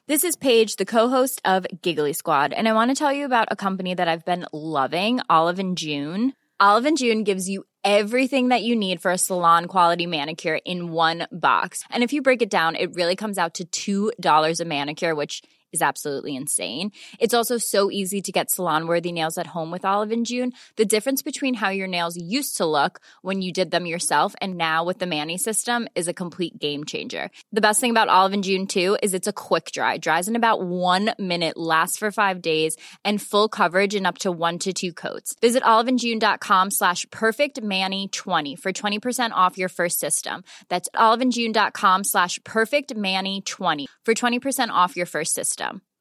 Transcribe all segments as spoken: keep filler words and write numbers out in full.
This is Paige, the co-host of Giggly Squad, and I want to tell you about a company that I've been loving, Olive and June. Olive and June gives you everything that you need for a salon-quality manicure in one box. And if you break it down, it really comes out to two dollars a manicure, which is absolutely insane. It's also so easy to get salon-worthy nails at home with Olive and June. The difference between how your nails used to look when you did them yourself and now with the Mani system is a complete game changer. The best thing about Olive and June too is it's a quick dry. Dries in about one minute, lasts for five days, and full coverage in up to one to two coats. Visit oliveandjune.com slash perfectmani20 for twenty percent off your first system. That's oliveandjune.com slash perfectmani20 for twenty percent off your first system.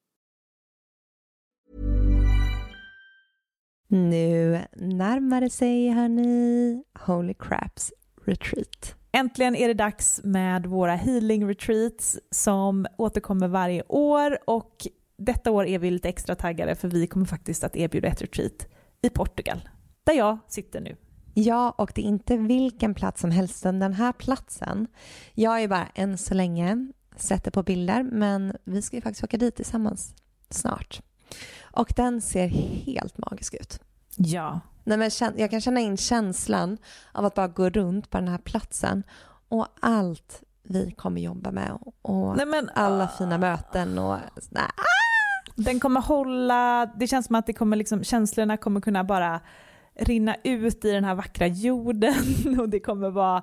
Nu närmar det sig, hörni, Holy Craps Retreat. Äntligen är det dags med våra healing retreats som återkommer varje år, och detta år är vi lite extra taggade för vi kommer faktiskt att erbjuda ett retreat i Portugal, där jag sitter nu. Ja, och det är inte vilken plats som helst. Den här platsen, jag är bara än så länge sätter på bilder, men vi ska ju faktiskt åka dit tillsammans snart. Och den ser helt magisk ut. Ja. Nej, men jag kan känna in känslan av att bara gå runt på den här platsen och allt vi kommer jobba med och Nej, men, alla uh, fina möten och nej. Den kommer hålla, det känns som att det kommer liksom, känslorna kommer kunna bara rinna ut i den här vackra jorden, och det kommer vara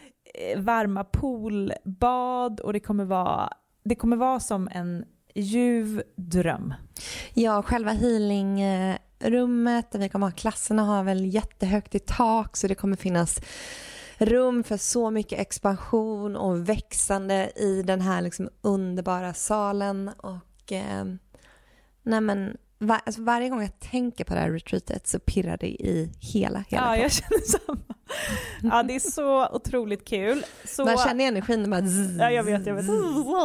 varma poolbad, och det kommer vara det kommer vara som en ljuv dröm. Ja, själva healingrummet där vi kommer ha klasserna har väl jättehögt i tak, så det kommer finnas rum för så mycket expansion och växande i den här liksom underbara salen. Och eh, nej men var, alltså varje gång jag tänker på det här retreatet så pirrar det i hela hela Ja, kroppen. jag känner samma. Ja, det är så otroligt kul. Så... Man känner energin bara zzz, ja, jag vet, jag vet.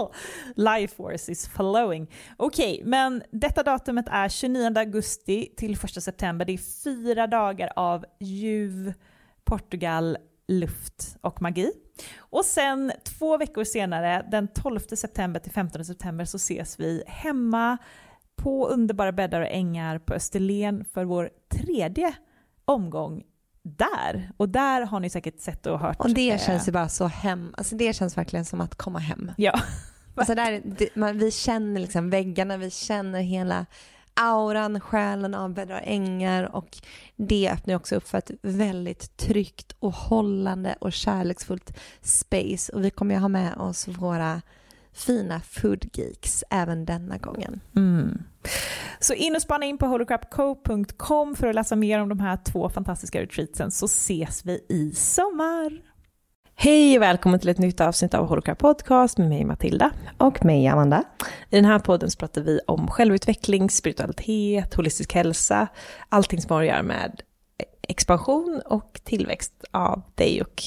Life force is flowing. Okej, okay, men detta datumet är tjugonionde augusti till första september. Det är fyra dagar av ljuv, Portugal, luft och magi. Och sen två veckor senare, den tolfte september till femtonde september, så ses vi hemma på underbara bäddar och ängar på Österlen för vår tredje omgång där. Och där har ni säkert sett och hört. Och det känns ju bara så hem. Alltså det känns verkligen som att komma hem. Ja. Alltså där, det, man, vi känner liksom väggarna, vi känner hela auran, själen av bäddar och ängar, och det öppnar också upp för ett väldigt tryggt och hållande och kärleksfullt space. Och vi kommer ju ha med oss våra fina food geeks även denna gången. Mm. Så in och spana in på holy crap co punkt com för att läsa mer om de här två fantastiska retreatsen, så ses vi i sommar. Hej och välkommen till ett nytt avsnitt av Holy Crap Podcast med mig Matilda och mig Amanda. I den här podden så pratar vi om självutveckling, spiritualitet, holistisk hälsa, allting som har att göra med expansion och tillväxt av dig och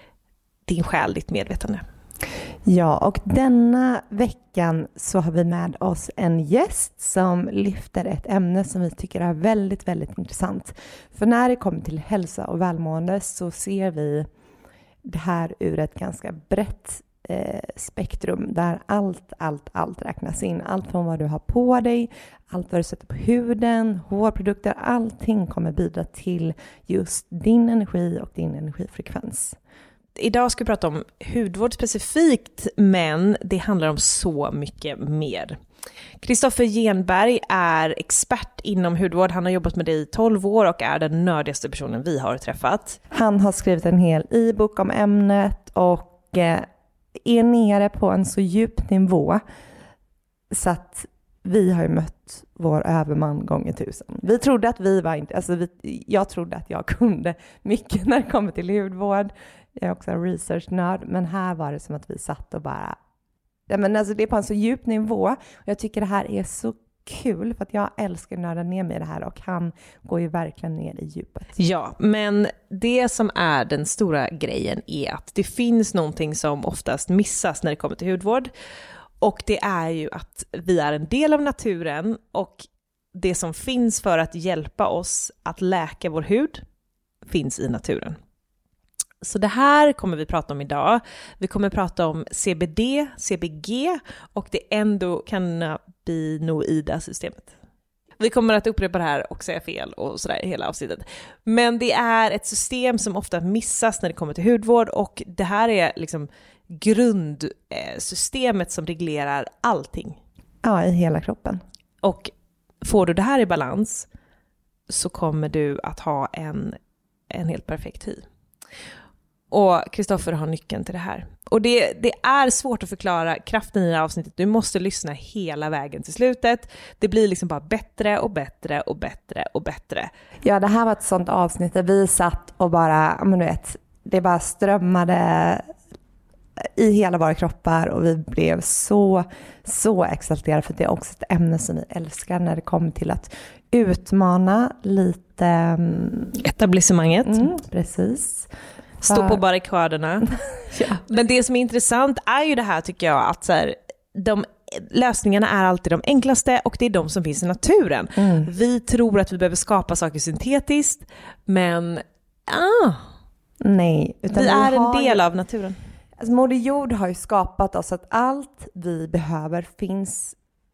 din själ, ditt medvetande. Ja, och denna veckan så har vi med oss en gäst som lyfter ett ämne som vi tycker är väldigt, väldigt intressant. För när det kommer till hälsa och välmående så ser vi det här ur ett ganska brett eh, spektrum där allt, allt, allt räknas in. Allt från vad du har på dig, allt vad du sätter på huden, hårprodukter, allting kommer bidra till just din energi och din energifrekvens. Idag ska vi prata om hudvård specifikt, men det handlar om så mycket mer. Kristoffer Genberg är expert inom hudvård. Han har jobbat med det i tolv år och är den nördigaste personen vi har träffat. Han har skrivit en hel e-bok om ämnet och är nere på en så djup nivå så att vi har ju mött vår överman gånger tusen. Vi trodde att vi var inte, alltså vi, jag trodde att jag kunde mycket när det kommer till hudvård. Jag är också en researchnörd, men här var det som att vi satt och bara, ja, men alltså det är på en så djup nivå. Och jag tycker det här är så kul för att jag älskar att nörda ner mig i det här, och han går ju verkligen ner i djupet. Ja, men det som är den stora grejen är att det finns någonting som oftast missas när det kommer till hudvård. Och det är ju att vi är en del av naturen, och det som finns för att hjälpa oss att läka vår hud finns i naturen. Så det här kommer vi prata om idag. Vi kommer prata om C B D, C B G och det endokannabinoida systemet. Vi kommer att upprepa det här och säga fel och sådär i hela avsnittet. Men det är ett system som ofta missas när det kommer till hudvård, och det här är liksom grundsystemet som reglerar allting. Ja, i hela kroppen. Och får du det här i balans så kommer du att ha en, en helt perfekt hy. Och Kristoffer har nyckeln till det här. Och det, det är svårt att förklara kraften i det här avsnittet. Du måste lyssna hela vägen till slutet. Det blir liksom bara bättre och bättre och bättre och bättre. Ja, det här var ett sånt avsnitt där vi satt och bara, men du vet, det bara strömmade i hela våra kroppar och vi blev så, så exalterade, för det är också ett ämne som vi älskar när det kommer till att utmana lite etablissemanget. Mm, precis. Stå på barrikaderna. Ja. Men det som är intressant är ju det här, tycker jag, att så här, de lösningarna är alltid de enklaste och det är de som finns i naturen. Mm. Vi tror att vi behöver skapa saker syntetiskt, men ah, nej, utan vi, vi är en del ju, av naturen. Alltså, Moder Jord har ju skapat oss att allt vi behöver finns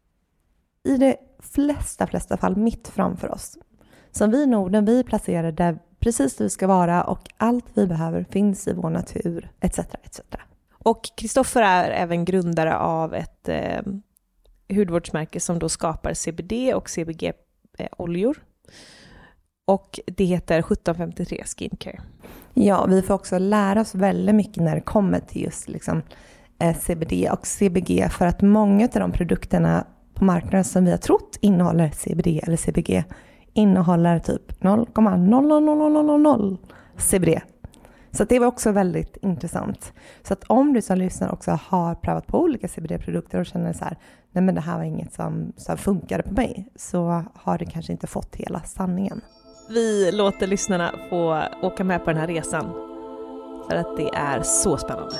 i de flesta, flesta fall mitt framför oss. Som vi i Norden, vi är placerade där precis där vi ska vara och allt vi behöver finns i vår natur, et cetera et cetera. Och Kristoffer är även grundare av ett eh, hudvårdsmärke som då skapar C B D och C B G-oljor. Och det heter sjutton femtiotre Skincare. Ja, vi får också lära oss väldigt mycket när det kommer till just liksom, eh, C B D och C B G, för att många av de produkterna på marknaden som vi har trott innehåller C B D eller C B G innehåller typ noll komma noll noll noll noll noll noll C B D. Så det var också väldigt intressant. Så att om du som lyssnar också har prövat på olika C B D-produkter och känner så här, nej men det här var inget som, som funkade på mig, så har du kanske inte fått hela sanningen. Vi låter lyssnarna få åka med på den här resan för att det är så spännande.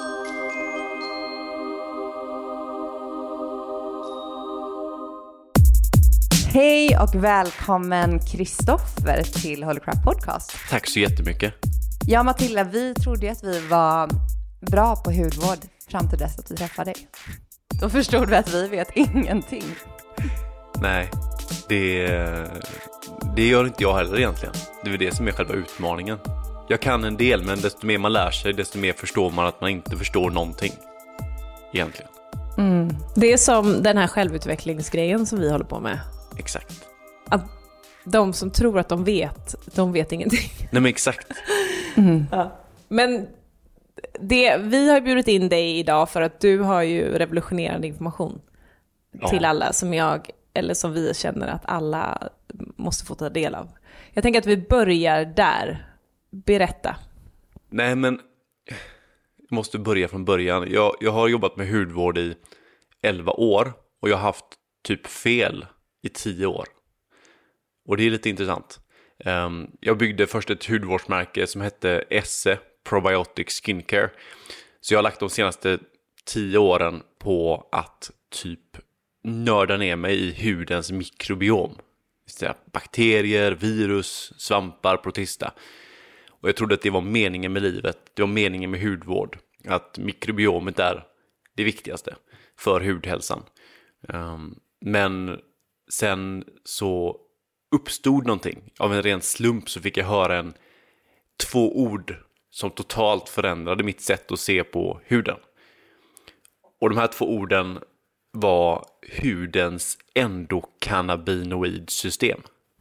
Hej och välkommen Kristoffer till Holy Crap Podcast. Tack så jättemycket. Ja, Matilda, vi trodde att vi var bra på hudvård fram till dess att vi träffade dig. Då förstod vi att vi vet ingenting. Nej, det, det gör inte jag heller egentligen. Det är det som är själva utmaningen. Jag kan en del, men desto mer man lär sig, desto mer förstår man att man inte förstår någonting. Egentligen. Mm. Det är som den här självutvecklingsgrejen som vi håller på med. Exakt. Att de som tror att de vet, de vet ingenting. Nej men exakt. Mm. Ja. Men det, vi har bjudit in dig idag för att du har ju revolutionerande information ja. till alla som jag, eller som vi känner att alla måste få ta del av. Jag tänker att vi börjar där. Berätta. Nej men, jag måste börja från början. Jag, jag har jobbat med hudvård i elva år och jag har haft typ fel i tio år. Och det är lite intressant. Um, jag byggde först ett hudvårdsmärke som hette Esse Probiotic Skincare. Så jag har lagt de senaste tio åren på att typ nörda ner mig i hudens mikrobiom. Bakterier, virus, svampar, protista. Och jag trodde att det var meningen med livet. Det var meningen med hudvård. Att mikrobiomet är det viktigaste för hudhälsan. Um, men sen så uppstod någonting. Av en ren slump så fick jag höra en, två ord som totalt förändrade mitt sätt att se på huden. Och de här två orden var hudens endokannabinoidsystem.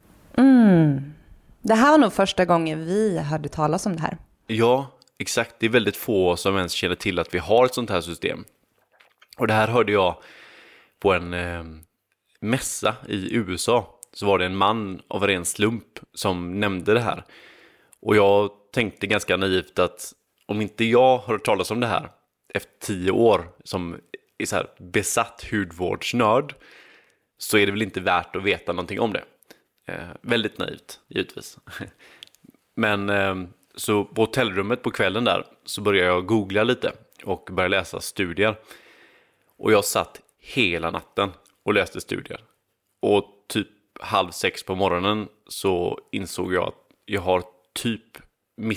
Mm. Det här var nog första gången vi hörde talas om det här. Ja, exakt. Det är väldigt få som ens känner till att vi har ett sånt här system. Och det här hörde jag på en eh, mässa i U S A. Så var det en man av ren slump som nämnde det här. Och jag tänkte ganska naivt att om inte jag har hört talas om det här efter tio år som är så här besatt hudvårdsnörd, så är det väl inte värt att veta någonting om det. Eh, väldigt naivt, givetvis. Men eh, så på hotellrummet på kvällen där så började jag googla lite och började läsa studier. Och jag satt hela natten och läste studier. Och typ halv sex på morgonen så insåg jag att jag har typ missat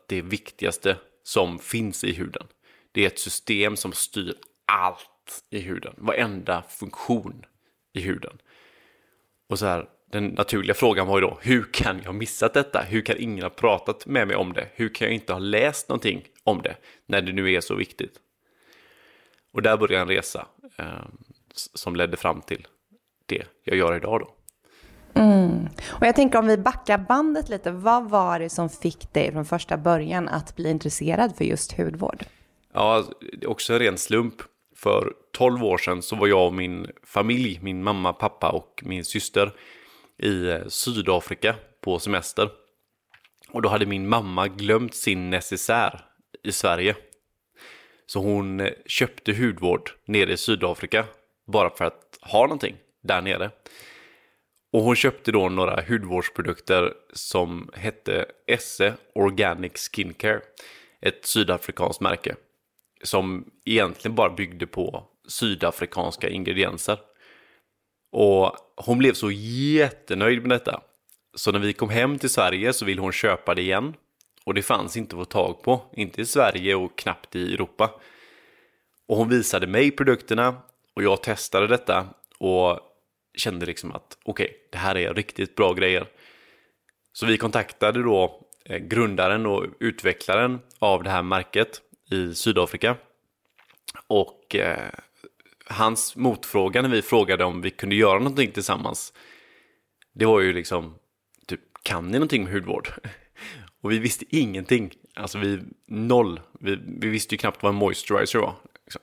det viktigaste som finns i huden. Det är ett system som styr allt i huden. Varenda funktion i huden. Och så här, den naturliga frågan var ju då, hur kan jag ha missat detta? Hur kan ingen ha pratat med mig om det? Hur kan jag inte ha läst någonting om det när det nu är så viktigt? Och där började en resa eh, som ledde fram till det jag gör idag då. Mm. Och jag tänker om vi backar bandet lite, vad var det som fick dig från första början att bli intresserad för just hudvård? Ja, det är också en ren slump. För tolv år sedan så var jag och min familj, min mamma, pappa och min syster i Sydafrika på semester. Och då hade min mamma glömt sin necessär i Sverige. Så hon köpte hudvård nere i Sydafrika bara för att ha någonting där nere. Och hon köpte då några hudvårdsprodukter som hette Esse Organic Skincare. Ett sydafrikanskt märke som egentligen bara byggde på sydafrikanska ingredienser. Och hon blev så jättenöjd med detta. Så när vi kom hem till Sverige så ville hon köpa det igen. Och det fanns inte att få tag på. Inte i Sverige och knappt i Europa. Och hon visade mig produkterna och jag testade detta och kände liksom att okej, okay, det här är riktigt bra grejer. Så vi kontaktade då grundaren och utvecklaren av det här märket i Sydafrika. Och eh, hans motfråga när vi frågade om vi kunde göra någonting tillsammans, det var ju liksom typ, kan ni någonting med hudvård? Och vi visste ingenting. Alltså vi, noll. Vi, vi visste ju knappt vad en moisturizer var. Liksom.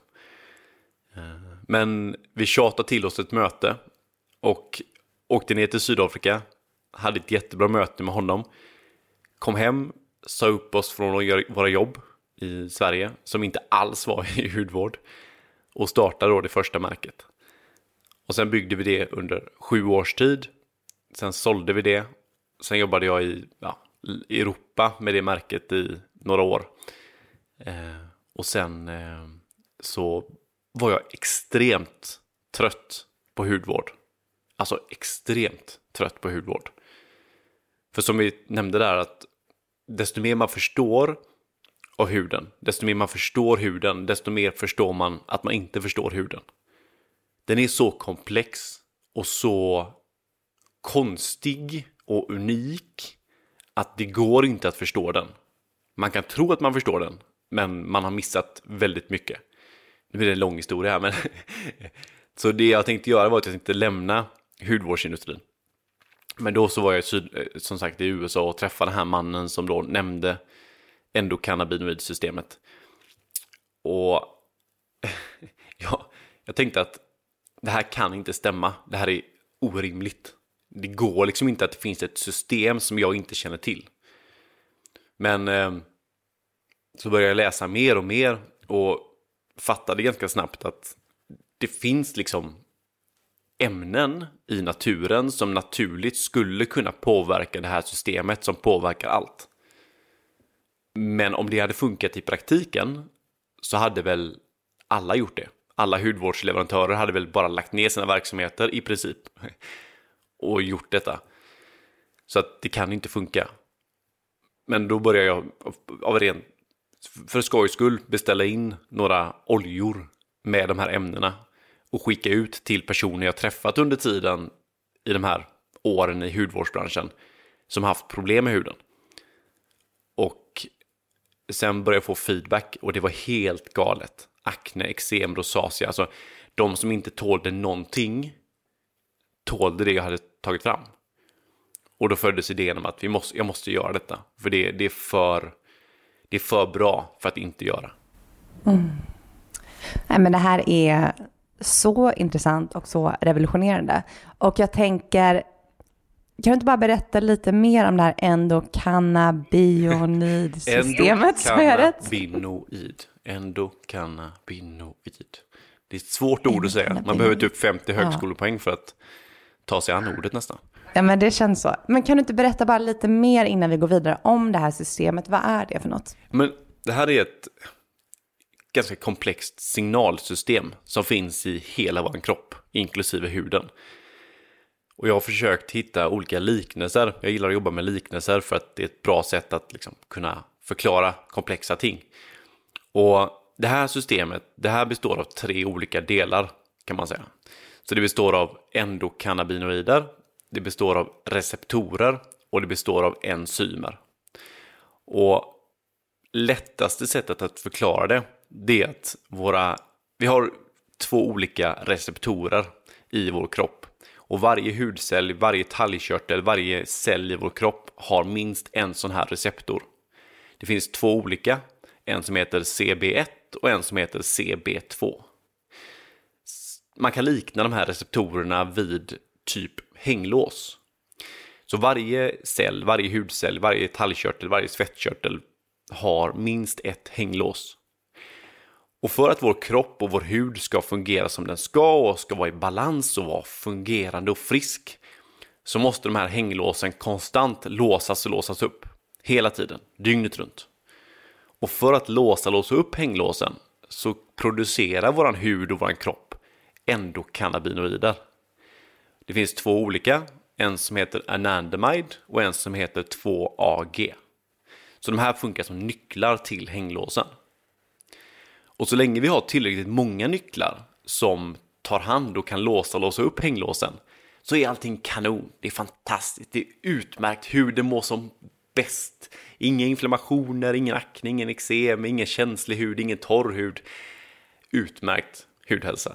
Men vi tjatade till oss ett möte och åkte ner till Sydafrika. Hade ett jättebra möte med honom. Kom hem, sa upp oss från att göra våra jobb i Sverige, som inte alls var i hudvård. Och startade då det första märket. Och sen byggde vi det under sju års tid. Sen sålde vi det. Sen jobbade jag i ja, Europa med det märket i några år. Eh, och sen eh, så var jag extremt trött på hudvård. Alltså extremt trött på hudvård. För som vi nämnde där, att desto mer man förstår av huden, desto mer man förstår huden, desto mer förstår man att man inte förstår huden. Den är så komplex och så konstig och unik att det går inte att förstå den. Man kan tro att man förstår den, men man har missat väldigt mycket. Nu blir det en lång historia här, men så det jag tänkte göra var att jag tänkte lämna hudvårdsindustrin. Men då så var jag som sagt i U S A och träffade den här mannen som då nämnde endokannabinoidsystemet. Och ja, jag tänkte att det här kan inte stämma. Det här är orimligt. Det går liksom inte att det finns ett system som jag inte känner till. Men eh, så började jag läsa mer och mer och fattade ganska snabbt att det finns liksom ämnen i naturen som naturligt skulle kunna påverka det här systemet som påverkar allt. Men om det hade funkat i praktiken så hade väl alla gjort det. Alla hudvårdsleverantörer hade väl bara lagt ner sina verksamheter i princip och gjort detta. Så att det kan inte funka. Men då började jag av ren för skojs skull beställa in några oljor med de här ämnena och skicka ut till personer jag träffat under tiden i de här åren i hudvårdsbranschen som haft problem med huden. Och sen började jag få feedback och det var helt galet. Akne, eksem, rosacea, alltså de som inte tålde någonting tålde det jag hade tagit fram. Och då föddes idén om att vi måste, jag måste göra detta. För det, det, är för, det är för bra för att inte göra. Mm. Nej, men det här är så intressant och så revolutionerande. Och jag tänker, kan du inte bara berätta lite mer om det här endokannabinoidsystemet? Endokannabinoid. Endokannabinoid. Det är ett svårt ord att säga. Man behöver typ femtio högskolepoäng för att ta sig an ordet nästan. Ja, men det känns så. Men kan du inte berätta bara lite mer innan vi går vidare om det här systemet? Vad är det för något? Men det här är ett ganska komplext signalsystem som finns i hela vår kropp, inklusive huden. Och jag har försökt hitta olika liknelser. Jag gillar att jobba med liknelser för att det är ett bra sätt att liksom kunna förklara komplexa ting. Och det här systemet, det här består av tre olika delar kan man säga. Så det består av endokannabinoider, det består av receptorer och det består av enzymer. Och lättaste sättet att förklara det, det är att våra, vi har två olika receptorer i vår kropp. Och varje hudcell, varje talgkörtel, varje cell i vår kropp har minst en sån här receptor. Det finns två olika, en som heter C B ett och en som heter C B två. Man kan likna de här receptorerna vid typ hänglås. Så varje cell, varje hudcell, varje talgkörtel, varje svettkörtel har minst ett hänglås. Och för att vår kropp och vår hud ska fungera som den ska och ska vara i balans och vara fungerande och frisk, så måste de här hänglåsen konstant låsas och låsas upp. Hela tiden, dygnet runt. Och för att låsa och låsa upp hänglåsen så producerar våran hud och våran kropp endokannabinoider. Det finns två olika, en som heter anandamide och en som heter två A G. Så de här funkar som nycklar till hänglåsen. Och så länge vi har tillräckligt många nycklar som tar hand och kan låsa och låsa upp hänglåsen, så är allting kanon. Det är fantastiskt, det är utmärkt, huden mår som bäst. Inga inflammationer, ingen akne, ingen eksem, ingen känslig hud, ingen torr hud. Utmärkt hudhälsa.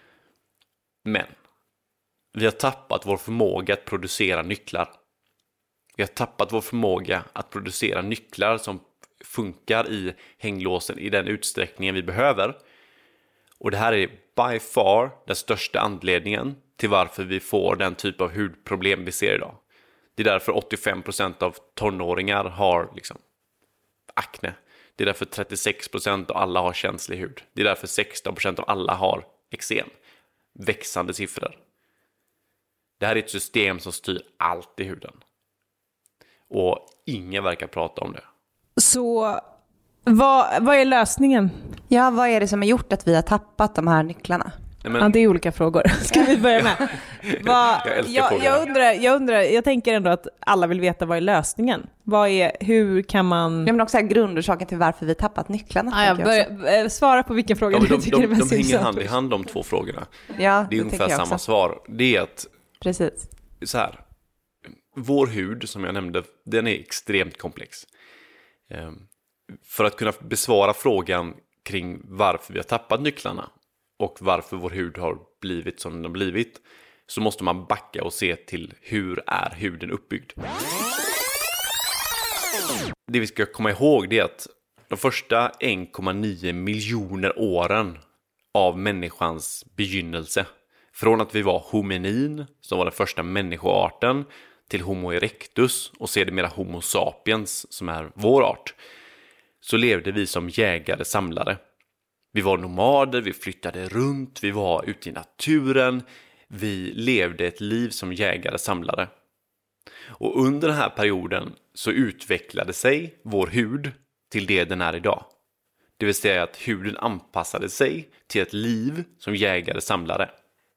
Men vi har tappat vår förmåga att producera nycklar. Vi har tappat vår förmåga att producera nycklar som funkar i hänglåsen i den utsträckningen vi behöver. Och det här är by far den största anledningen till varför vi får den typ av hudproblem vi ser idag. Det är därför åttiofem procent av tonåringar har liksom akne. Det är därför trettiosex procent av alla har känslig hud. Det är därför sexton procent av alla har eksem. Växande siffror. Det här är ett system som styr allt i huden. Och ingen verkar prata om det. Så vad, vad är lösningen? Ja, vad är det som har gjort att vi har tappat de här nycklarna? Nej, men... Ja, det är olika frågor. Ska vi börja med? Vad, jag älskar jag, frågorna. jag, undrar, jag undrar, jag tänker ändå att alla vill veta vad är lösningen? Vad är, hur kan man... Ja, men också grundorsaken till varför vi tappat nycklarna. Ah, jag börjar, jag svara på vilken fråga Ja, du de, tycker de, är mest de hänger intressant. hand i hand, de två frågorna. Ja, det är ungefär samma också. svar. Det är att Precis. så här, vår hud, som jag nämnde, den är extremt komplex. Ehm, för att kunna besvara frågan kring varför vi har tappat nycklarna och varför vår hud har blivit som den har blivit, så måste man backa och se till hur är huden uppbyggd. Det vi ska komma ihåg är att de första en komma nio miljoner åren av människans begynnelse, från att vi var hominin, som var den första människoarten, till Homo erectus och sedermera Homo sapiens, som är vår art, så levde vi som jägare-samlare. Vi var nomader, vi flyttade runt, vi var ute i naturen, vi levde ett liv som jägare-samlare. Och under den här perioden så utvecklade sig vår hud till det den är idag. Det vill säga att huden anpassade sig till ett liv som jägare-samlare.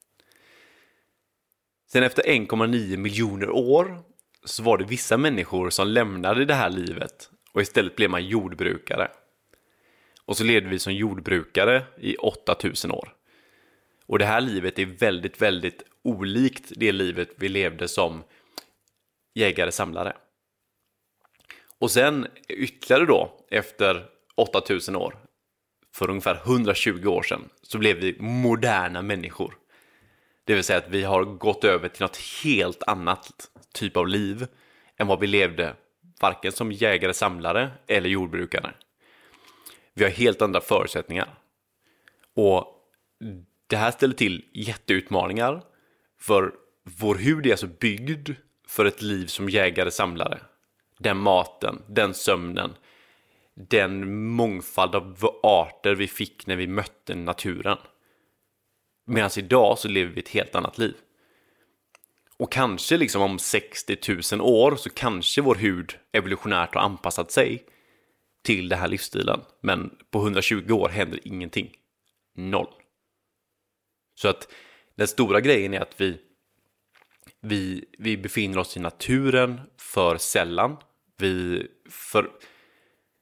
Sen efter en komma nio miljoner år så var det vissa människor som lämnade det här livet och istället blev man jordbrukare. Och så levde vi som jordbrukare i åttatusen år. Och det här livet är väldigt, väldigt olikt det livet vi levde som jägare-samlare. Och sen ytterligare då, efter åttatusen år, för ungefär hundratjugo år sedan, så blev vi moderna människor. Det vill säga att vi har gått över till något helt annat typ av liv än vad vi levde varken som jägare-samlare eller jordbrukare. Vi har helt andra förutsättningar. Och det här ställer till jätteutmaningar, för vår hud är alltså byggd för ett liv som jägare-samlare. Den maten, den sömnen, den mångfald av arter vi fick när vi mötte naturen. Medan idag så lever vi ett helt annat liv. Och kanske liksom om sextio tusen år så kanske vår hud evolutionärt har anpassat sig till den här livsstilen. Men på hundratjugo år händer ingenting. Noll. Så att den stora grejen är att vi, vi, vi befinner oss i naturen för sällan. Vi, för,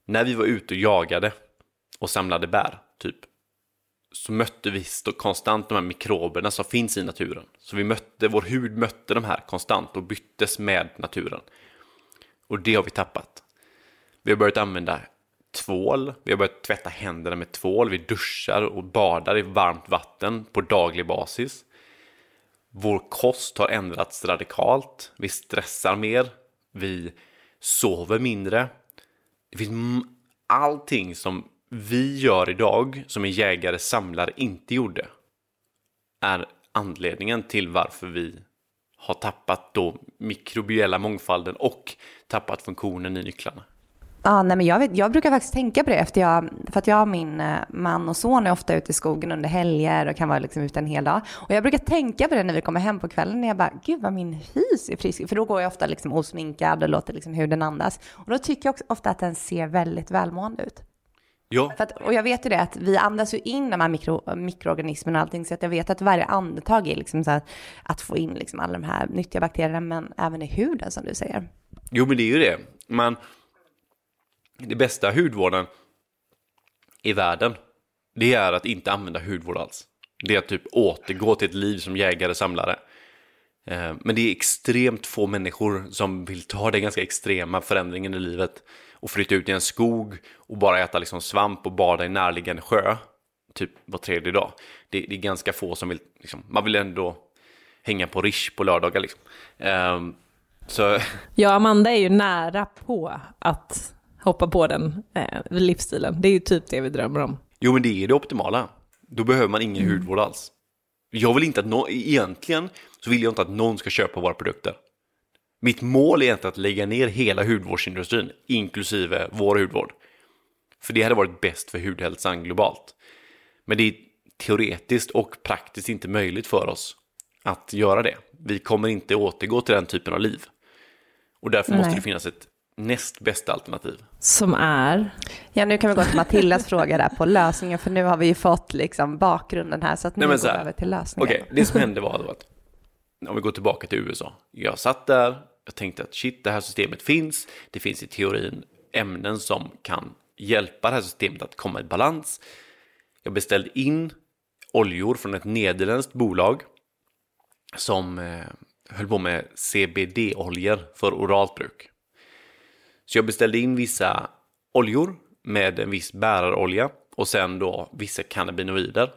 när vi var ute och jagade och samlade bär, typ, så mötte vi konstant de här mikroberna som finns i naturen. Så vi mötte, vår hud mötte de här konstant och byttes med naturen. Och det har vi tappat. Vi har börjat använda tvål, vi har börjat tvätta händerna med tvål, vi duschar och badar i varmt vatten på daglig basis. Vår kost har ändrats radikalt, vi stressar mer, vi sover mindre. Det finns allting som vi gör idag som en jägare samlare inte gjorde är anledningen till varför vi har tappat då mikrobiella mångfalden och tappat funktionen i nycklarna. Ja, nej, men jag, vet, jag brukar faktiskt tänka på det efter jag, för att jag och min man och son är ofta ute i skogen under helger och kan vara liksom ute en hel dag. Och jag brukar tänka på det när vi kommer hem på kvällen när jag bara, gud vad min hys är frisk. För då går jag ofta liksom osminkad och låter liksom huden andas. Och då tycker jag också ofta att den ser väldigt välmående ut. Ja. För att, och jag vet ju det att vi andas ju in de här mikro, mikroorganismerna och allting, så att jag vet att varje andetag är liksom så här, att få in liksom alla de här nyttiga bakterierna, men även i huden som du säger. Jo, men det är ju det. Man, det bästa hudvården i världen, det är att inte använda hudvård alls. Det är att typ återgå till ett liv som jägare samlare. Men det är extremt få människor som vill ta den ganska extrema förändringen i livet och flytta ut i en skog och bara äta liksom svamp och bada i närliggande sjö typ var tredje dag. Det, det är ganska få som vill, liksom, man vill ändå hänga på Rish på lördagar liksom. Um, så... Ja, Amanda är ju nära på att hoppa på den eh, livsstilen. Det är ju typ det vi drömmer om. Jo, men det är det optimala. Då behöver man ingen mm. hudvård alls. Jag vill inte att någon, egentligen så vill jag inte att någon ska köpa våra produkter. Mitt mål är inte att lägga ner hela hudvårdsindustrin, inklusive vår hudvård. För det hade varit bäst för hudhälsan globalt. Men det är teoretiskt och praktiskt inte möjligt för oss att göra det. Vi kommer inte återgå till den typen av liv. Och därför Nej. måste det finnas ett näst bästa alternativ. Som är? Ja, nu kan vi gå till Matildas fråga där på lösningen, för nu har vi ju fått liksom bakgrunden här, så att nu Nej, går vi över till lösningen. Okej, okay, det som hände var då att om vi går tillbaka till U S A. Jag satt där, jag tänkte att shit, det här systemet finns. Det finns i teorin ämnen som kan hjälpa det här systemet att komma i balans. Jag beställde in oljor från ett nederländskt bolag som eh, höll på med C B D-oljor för oralt bruk. Så jag beställde in vissa oljor med en viss bärarolja och sen då vissa cannabinoider.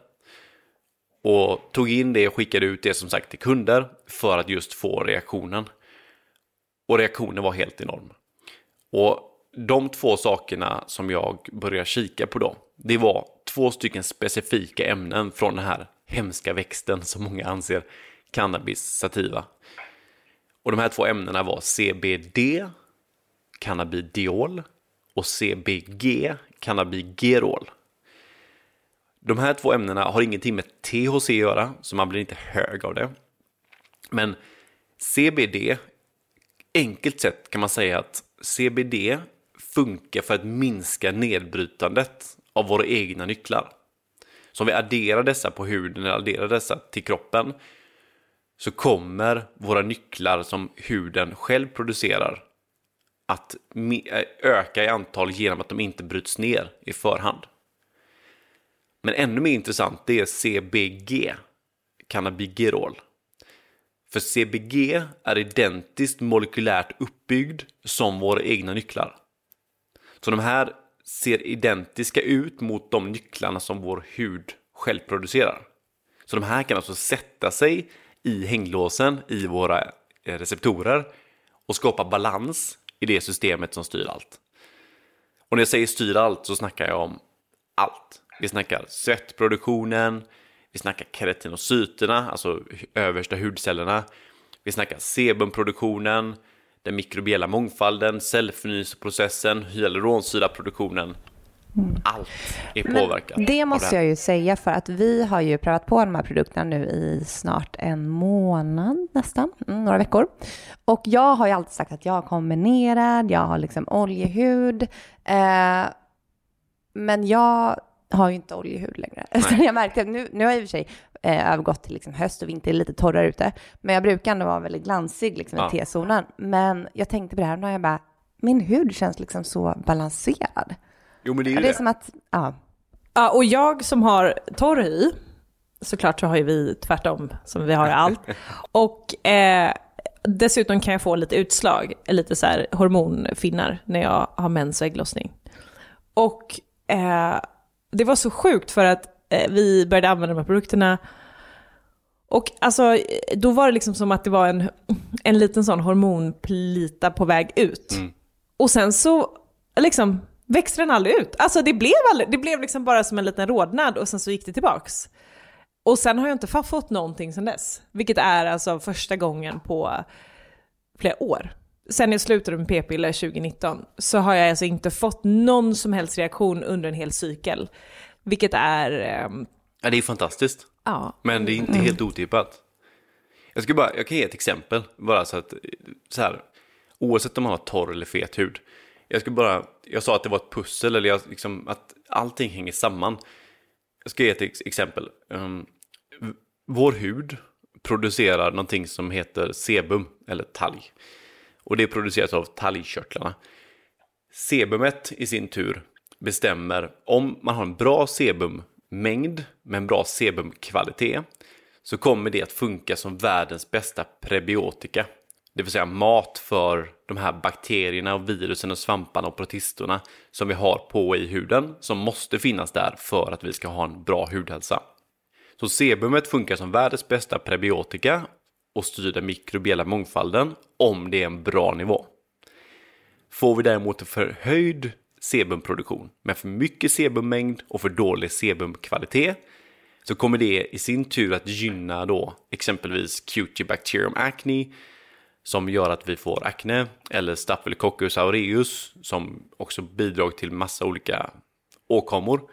Och tog in det och skickade ut det som sagt till kunder för att just få reaktionen. Och reaktionen var helt enorm. Och de två sakerna som jag började kika på då, det var två stycken specifika ämnen från den här hemska växten som många anser cannabis sativa. Och de här två ämnena var C B D, cannabidiol, och C B G, cannabigerol. De här två ämnena har ingenting med T H C att göra, så man blir inte hög av det. Men C B D, enkelt sett kan man säga att C B D funkar för att minska nedbrytandet av våra egna nycklar. Så om vi adderar dessa på huden eller adderar dessa till kroppen, så kommer våra nycklar som huden själv producerar att öka i antal genom att de inte bryts ner i förhand. Men ännu mer intressant, det är C B G, cannabigerol. För C B G är identiskt molekylärt uppbyggd som våra egna nycklar. Så de här ser identiska ut mot de nycklarna som vår hud själv producerar. Så de här kan alltså sätta sig i hänglåsen i våra receptorer och skapa balans i det systemet som styr allt. Och när jag säger styr allt så snackar jag om allt. Vi snackar svettproduktionen, vi snackar keratinocyterna, alltså översta hudcellerna. Vi snackar sebumproduktionen, den mikrobiella mångfalden, cellförnyelseprocessen, hyaluronsyraproduktionen. Mm. Allt är påverkat. Men det måste det jag ju säga, för att vi har ju prövat på de här produkterna nu i snart en månad nästan, mm, några veckor. Och jag har ju alltid sagt att jag är kombinerad, jag har liksom oljehud. Eh, men jag har ju inte oljehud längre. Så jag märkte att nu, nu har jag i och för sig eh, övergått till liksom höst och vinter, lite torrare ute. Men jag brukar ändå vara väldigt glansig liksom, ja. i T-zonen. Men jag tänkte på det här och jag bara, min hud känns liksom så balanserad. Jo, men det är ju Ja, det. det är som att, ja. Ja, och jag som har torr hy, såklart så har ju vi tvärtom som vi har allt. Och eh, dessutom kan jag få lite utslag, lite så här hormonfinnar när jag har mens och ägglossning. Och eh, det var så sjukt för att eh, vi började använda de här produkterna. Och alltså, då var det liksom som att det var en, en liten sån hormonplita på väg ut. Mm. Och sen så liksom växte den aldrig ut. Alltså det blev, aldrig, det blev liksom bara som en liten rodnad och sen så gick det tillbaks. Och sen har jag inte fått någonting sen dess. Vilket är alltså första gången på flera år. Sen jag slutade med p-piller tjugonitton så har jag alltså inte fått någon som helst reaktion under en hel cykel. Vilket är... Um, Ja, det är fantastiskt. ja. Men det är inte helt otippat. Jag ska bara, jag kan ge ett exempel. Bara så att, så här, oavsett om man har torr eller fet hud. Jag ska bara, jag sa att det var ett pussel, eller jag, liksom, att allting hänger samman. Jag ska ge ett ex- exempel. Um, vår hud producerar någonting som heter sebum, eller talg. Och det produceras av talgkörtlarna. Sebumet i sin tur bestämmer om man har en bra sebummängd med en bra sebumkvalitet, så kommer det att funka som världens bästa prebiotika. Det vill säga mat för de här bakterierna och virusen och svamparna och protistorna som vi har på i huden, som måste finnas där för att vi ska ha en bra hudhälsa. Så sebumet funkar som världens bästa prebiotika och styr den mikrobiella mångfalden om det är en bra nivå. Får vi däremot en förhöjd sebumproduktion med för mycket sebummängd och för dålig sebumkvalitet, så kommer det i sin tur att gynna då exempelvis Cutibacterium acne, som gör att vi får akne, eller Staphylococcus aureus som också bidrar till massa olika åkommor.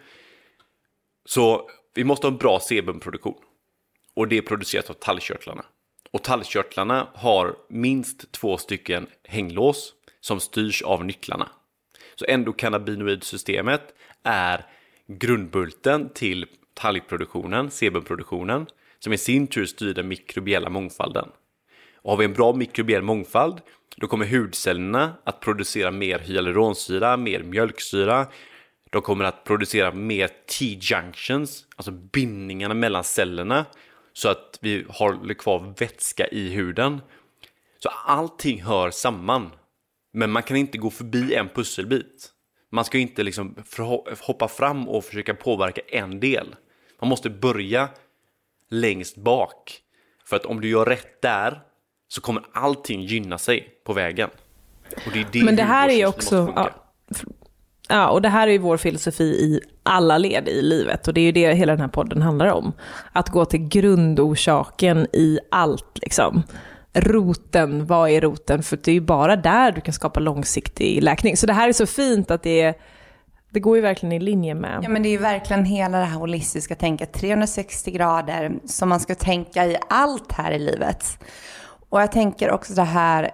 Så vi måste ha en bra sebumproduktion, och det produceras av talgkörtlarna. Och talgkörtlarna har minst två stycken hänglås som styrs av nycklarna. Så endokannabinoidsystemet är grundbulten till talgproduktionen, sebumproduktionen, som i sin tur styr den mikrobiella mångfalden. Och har vi en bra mikrobiell mångfald, då kommer hudcellerna att producera mer hyaluronsyra, mer mjölksyra. De kommer att producera mer T-junctions, alltså bindningarna mellan cellerna, så att vi håller kvar vätska i huden. Så allting hör samman. Men man kan inte gå förbi en pusselbit. Man ska inte liksom hoppa fram och försöka påverka en del. Man måste börja längst bak. För att om du gör rätt där, så kommer allting gynna sig på vägen. Och det är det. Men det här är ju också... Ja, ja, och det här är ju vår filosofi i alla led i livet. Och det är ju det hela den här podden handlar om. Att gå till grundorsaken i allt liksom. Roten, vad är roten? För det är ju bara där du kan skapa långsiktig läkning. Så det här är så fint att det är, det går ju verkligen i linje med... Ja, men det är ju verkligen hela det här holistiska tänket, trehundrasextio grader, som man ska tänka i allt här i livet. Och jag tänker också det här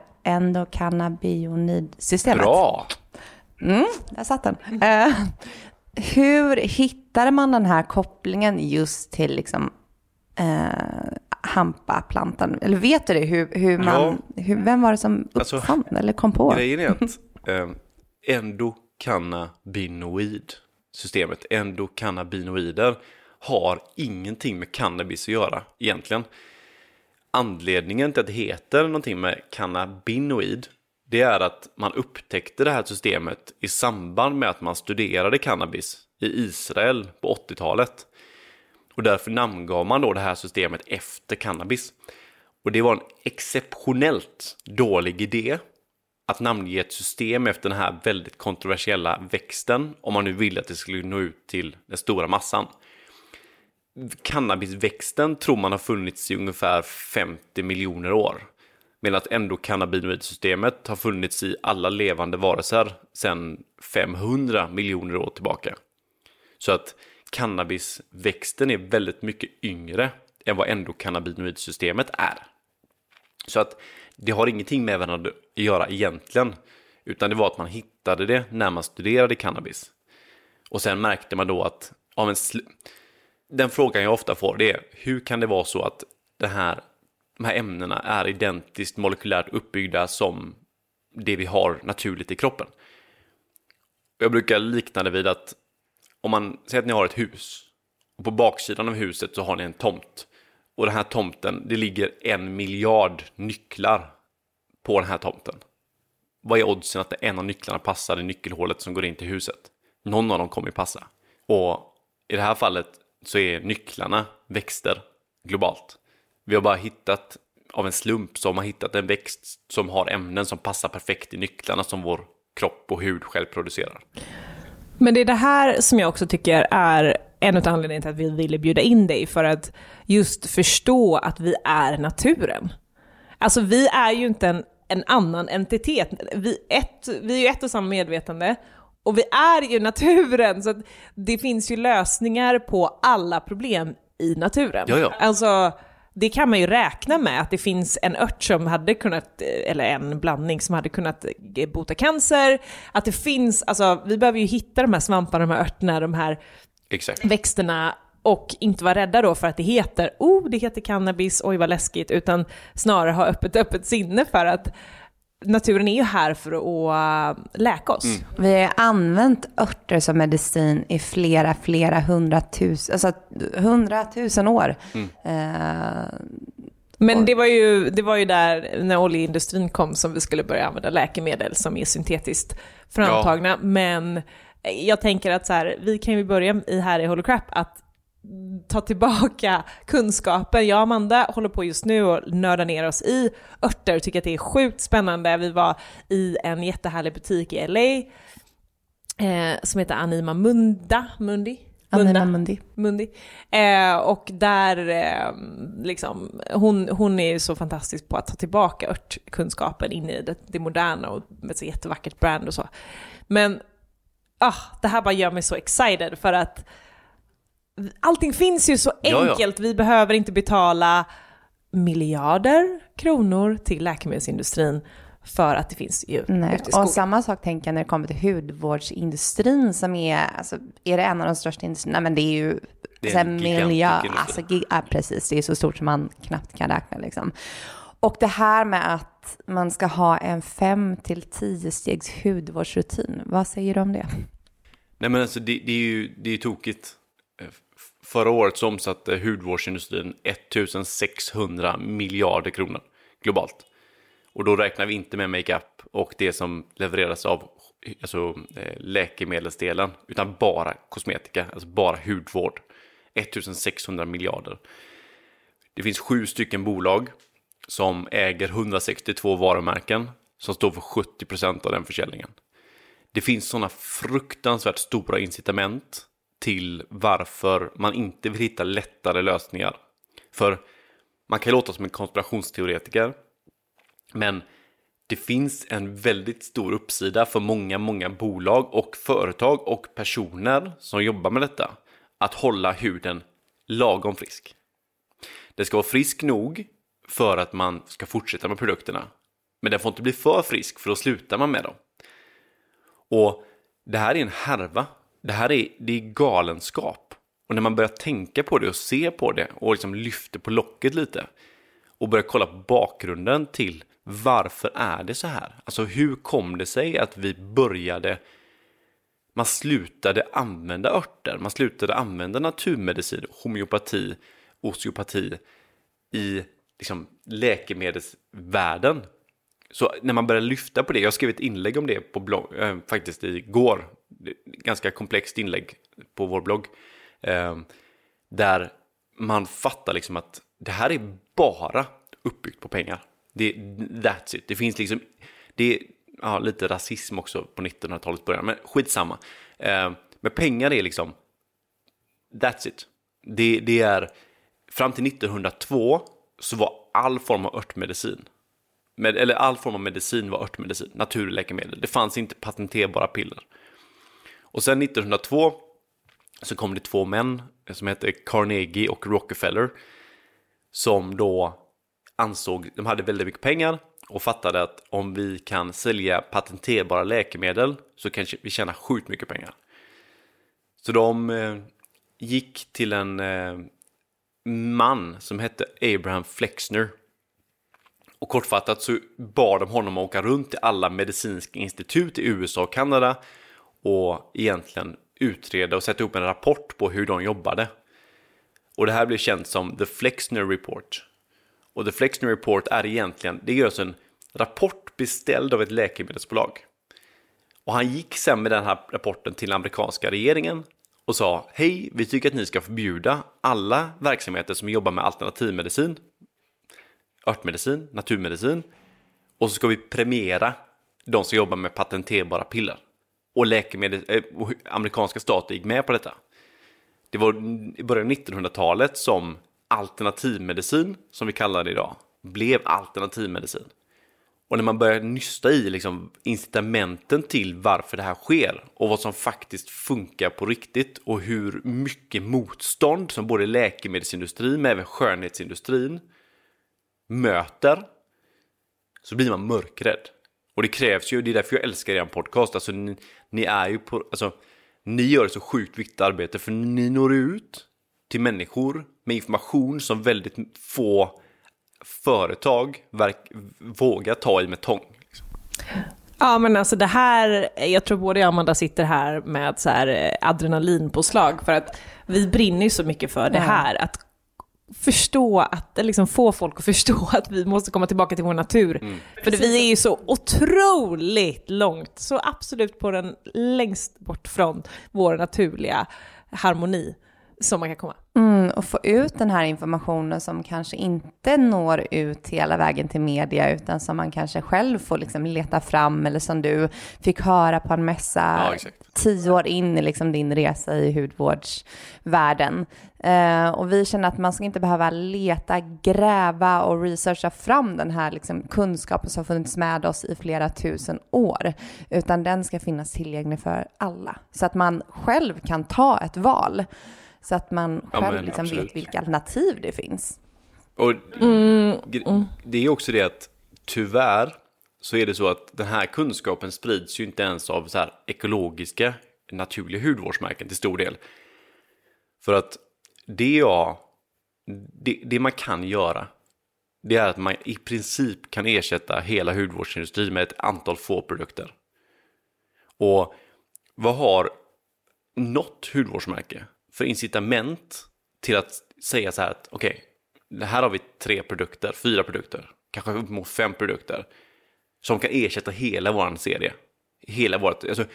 endokannabinoidsystemet. Bra! Mm, där satt den. Uh, hur hittade man den här kopplingen just till liksom... Uh, hampaplantan, eller vet du det, hur, hur man, ja. hur, vem var det som uppfann alltså, eller kom på? Grejen är att eh, endokannabinoid systemet, endokannabinoider har ingenting med cannabis att göra egentligen. Anledningen till att det heter någonting med cannabinoid, det är att man upptäckte det här systemet i samband med att man studerade cannabis i Israel på åttiotalet. Och därför namngav man då det här systemet efter cannabis. Och det var en exceptionellt dålig idé att namnge ett system efter den här väldigt kontroversiella växten, om man nu ville att det skulle nå ut till den stora massan. Cannabisväxten tror man har funnits i ungefär femtio miljoner år. Medan att endokannabinoidsystemet har funnits i alla levande varelser sedan femhundra miljoner år tillbaka. Så att cannabisväxten är väldigt mycket yngre än vad endokannabinoidsystemet är. Så att det har ingenting med varandra att göra egentligen, utan det var att man hittade det när man studerade cannabis. Och sen märkte man då att ja, men sl- den frågan jag ofta får, det är hur kan det vara så att det här, de här ämnena är identiskt molekylärt uppbyggda som det vi har naturligt i kroppen. Jag brukar likna det vid att om man säger att ni har ett hus och på baksidan av huset så har ni en tomt. Och den här tomten, det ligger en miljard nycklar på den här tomten. Vad är oddsen att en av nycklarna passar i nyckelhålet som går in till huset? Någon av dem kommer ju passa. Och i det här fallet så är nycklarna växter globalt. Vi har bara hittat, av en slump så har man hittat en växt som har ämnen som passar perfekt i nycklarna som vår kropp och hud själv producerar. Men det är det här som jag också tycker är en av anledningarna till att vi ville bjuda in dig, för att just förstå att vi är naturen. Alltså vi är ju inte en, en annan entitet. Vi, ett, vi är ju ett och samma medvetande och vi är ju naturen, så att det finns ju lösningar på alla problem i naturen. Ja, ja. Alltså det kan man ju räkna med, att det finns en ört som hade kunnat, eller en blandning som hade kunnat bota cancer. Att det finns, alltså vi behöver ju hitta de här svamparna, de här örterna, de här Exakt. växterna, och inte vara rädda då för att det heter, oh det heter cannabis, oj vad läskigt, utan snarare ha öppet öppet sinne för att naturen är ju här för att läka oss. Mm. Vi har använt örter som medicin i flera, flera hundratusen, alltså hundratusen år. Mm. Eh, Men det var, ju, det var ju där när oljeindustrin kom som vi skulle börja använda läkemedel som är syntetiskt framtagna. Ja. Men jag tänker att så här, vi kan ju börja i här i Holy Crap att ta tillbaka kunskapen. Jag och Amanda håller på just nu och nördar ner oss i örter och tycker att det är sjukt spännande. Vi var i en jättehärlig butik i L A eh, som heter Anima Munda, Mundi. Anima Mundi. Mundi. Eh, och där eh, liksom, hon, hon är så fantastisk på att ta tillbaka örtkunskapen in i det, det moderna och med ett så jättevackert brand och så. Men ah, det här bara gör mig så excited för att allting finns ju så enkelt. Ja, ja. Vi behöver inte betala miljarder kronor till läkemedelsindustrin för att det finns ju. Nej. Och samma sak tänker jag när det kommer till hudvårdsindustrin som är, alltså, är det en av de största industrierna? Nej, men det är ju det är en miljard, alltså, ja, precis, det är så stort som man knappt kan räkna liksom. Och det här med att man ska ha en fem till tio stegs hudvårdsrutin, vad säger du om det? Nej, men alltså det, det är ju det är tokigt. Förra året så omsatte hudvårdsindustrin ettusensexhundra miljarder kronor globalt. Och då räknar vi inte med makeup och det som levereras av alltså, läkemedelsdelen, utan bara kosmetika, alltså bara hudvård. ettusensexhundra miljarder. Det finns sju stycken bolag som äger hundrasextiotvå varumärken som står för sjuttio procent av den försäljningen. Det finns sådana fruktansvärt stora incitament till varför man inte vill hitta lättare lösningar. För man kan låta som en konspirationsteoretiker, men det finns en väldigt stor uppsida för många, många bolag och företag och personer som jobbar med detta att hålla huden lagom frisk. Det ska vara frisk nog för att man ska fortsätta med produkterna, men den får inte bli för frisk för då slutar man med dem. Och det här är en härva. Det här är, det är galenskap. Och när man börjar tänka på det och se på det och liksom lyfter på locket lite och börjar kolla på bakgrunden till varför är det så här? Alltså hur kom det sig att vi började, man slutade använda örter, man slutade använda naturmedicin, homeopati, osteopati i liksom läkemedelsvärlden. Så när man börjar lyfta på det, jag skrev ett inlägg om det på blogg, äh, faktiskt igår, ganska komplext inlägg på vår blogg, äh, där man fattar liksom att det här är bara uppbyggt på pengar. Det, that's it. Det finns liksom, det är ja, lite rasism också på nittonhundratalets början, men skitsamma. Äh, men pengar är liksom, that's it. Det, det är, fram till nittonhundratvå så var all form av örtmedicin, Med, eller all form av medicin var örtmedicin, naturläkemedel. Det fanns inte patenterbara piller. Och sen nittonhundratvå så kom det två män som hette Carnegie och Rockefeller som då ansåg, de hade väldigt mycket pengar och fattade att om vi kan sälja patenterbara läkemedel så kan vi tjäna sjukt mycket pengar. Så de eh, gick till en eh, man som hette Abraham Flexner. Och kortfattat så bad de honom att åka runt till alla medicinska institut i U S A och Kanada och egentligen utreda och sätta upp en rapport på hur de jobbade. Och det här blev känt som The Flexner Report. Och The Flexner Report är egentligen, det är alltså en rapport beställd av ett läkemedelsbolag. Och han gick sen med den här rapporten till amerikanska regeringen och sa: hej, vi tycker att ni ska förbjuda alla verksamheter som jobbar med alternativmedicin, örtmedicin, naturmedicin, och så ska vi premiera de som jobbar med patenterbara piller. Och läkemedel, eh, amerikanska stater gick med på detta. Det var i början av nittonhundratalet som alternativmedicin, som vi kallar det idag, blev alternativmedicin. Och när man börjar nysta i liksom incitamenten till varför det här sker och vad som faktiskt funkar på riktigt och hur mycket motstånd som både läkemedelsindustrin men även skönhetsindustrin möter, så blir man mörkrädd. Och det krävs ju, det är därför jag älskar er podcast. Alltså ni, ni är ju på, alltså ni gör så sjukt viktigt arbete, för ni når ut till människor med information som väldigt få företag verk, vågar ta i med tång. Liksom. Ja, men alltså det här, jag tror både jag och Amanda sitter här med så här adrenalinpåslag, för att vi brinner ju så mycket för det här, att förstå, att liksom få folk att förstå att vi måste komma tillbaka till vår natur. Mm. För vi är ju så otroligt långt, så absolut på den längst bort från vår naturliga harmoni som man kan komma. Mm, och få ut den här informationen som kanske inte når ut hela vägen till media, utan som man kanske själv får liksom leta fram, eller som du fick höra på en mässa ja, tio år in i liksom din resa i hudvårdsvärlden. Uh, och vi känner att man ska inte behöva leta, gräva och researcha fram den här liksom kunskapen som funnits med oss i flera tusen år, utan den ska finnas tillgänglig för alla, så att man själv kan ta ett val. Så att man själv ja, liksom vet vilka alternativ det finns. Och mm, mm. det är också det att tyvärr så är det så att den här kunskapen sprids ju inte ens av så här ekologiska, naturliga hudvårdsmärken till stor del. För att det, jag, det, det man kan göra, det är att man i princip kan ersätta hela hudvårdsindustrin med ett antal få produkter. Och vad har något hudvårdsmärke för incitament till att säga så här att okej, okay, här har vi tre produkter, fyra produkter, kanske upp mot fem produkter som kan ersätta hela vår serie. Hela vårt, alltså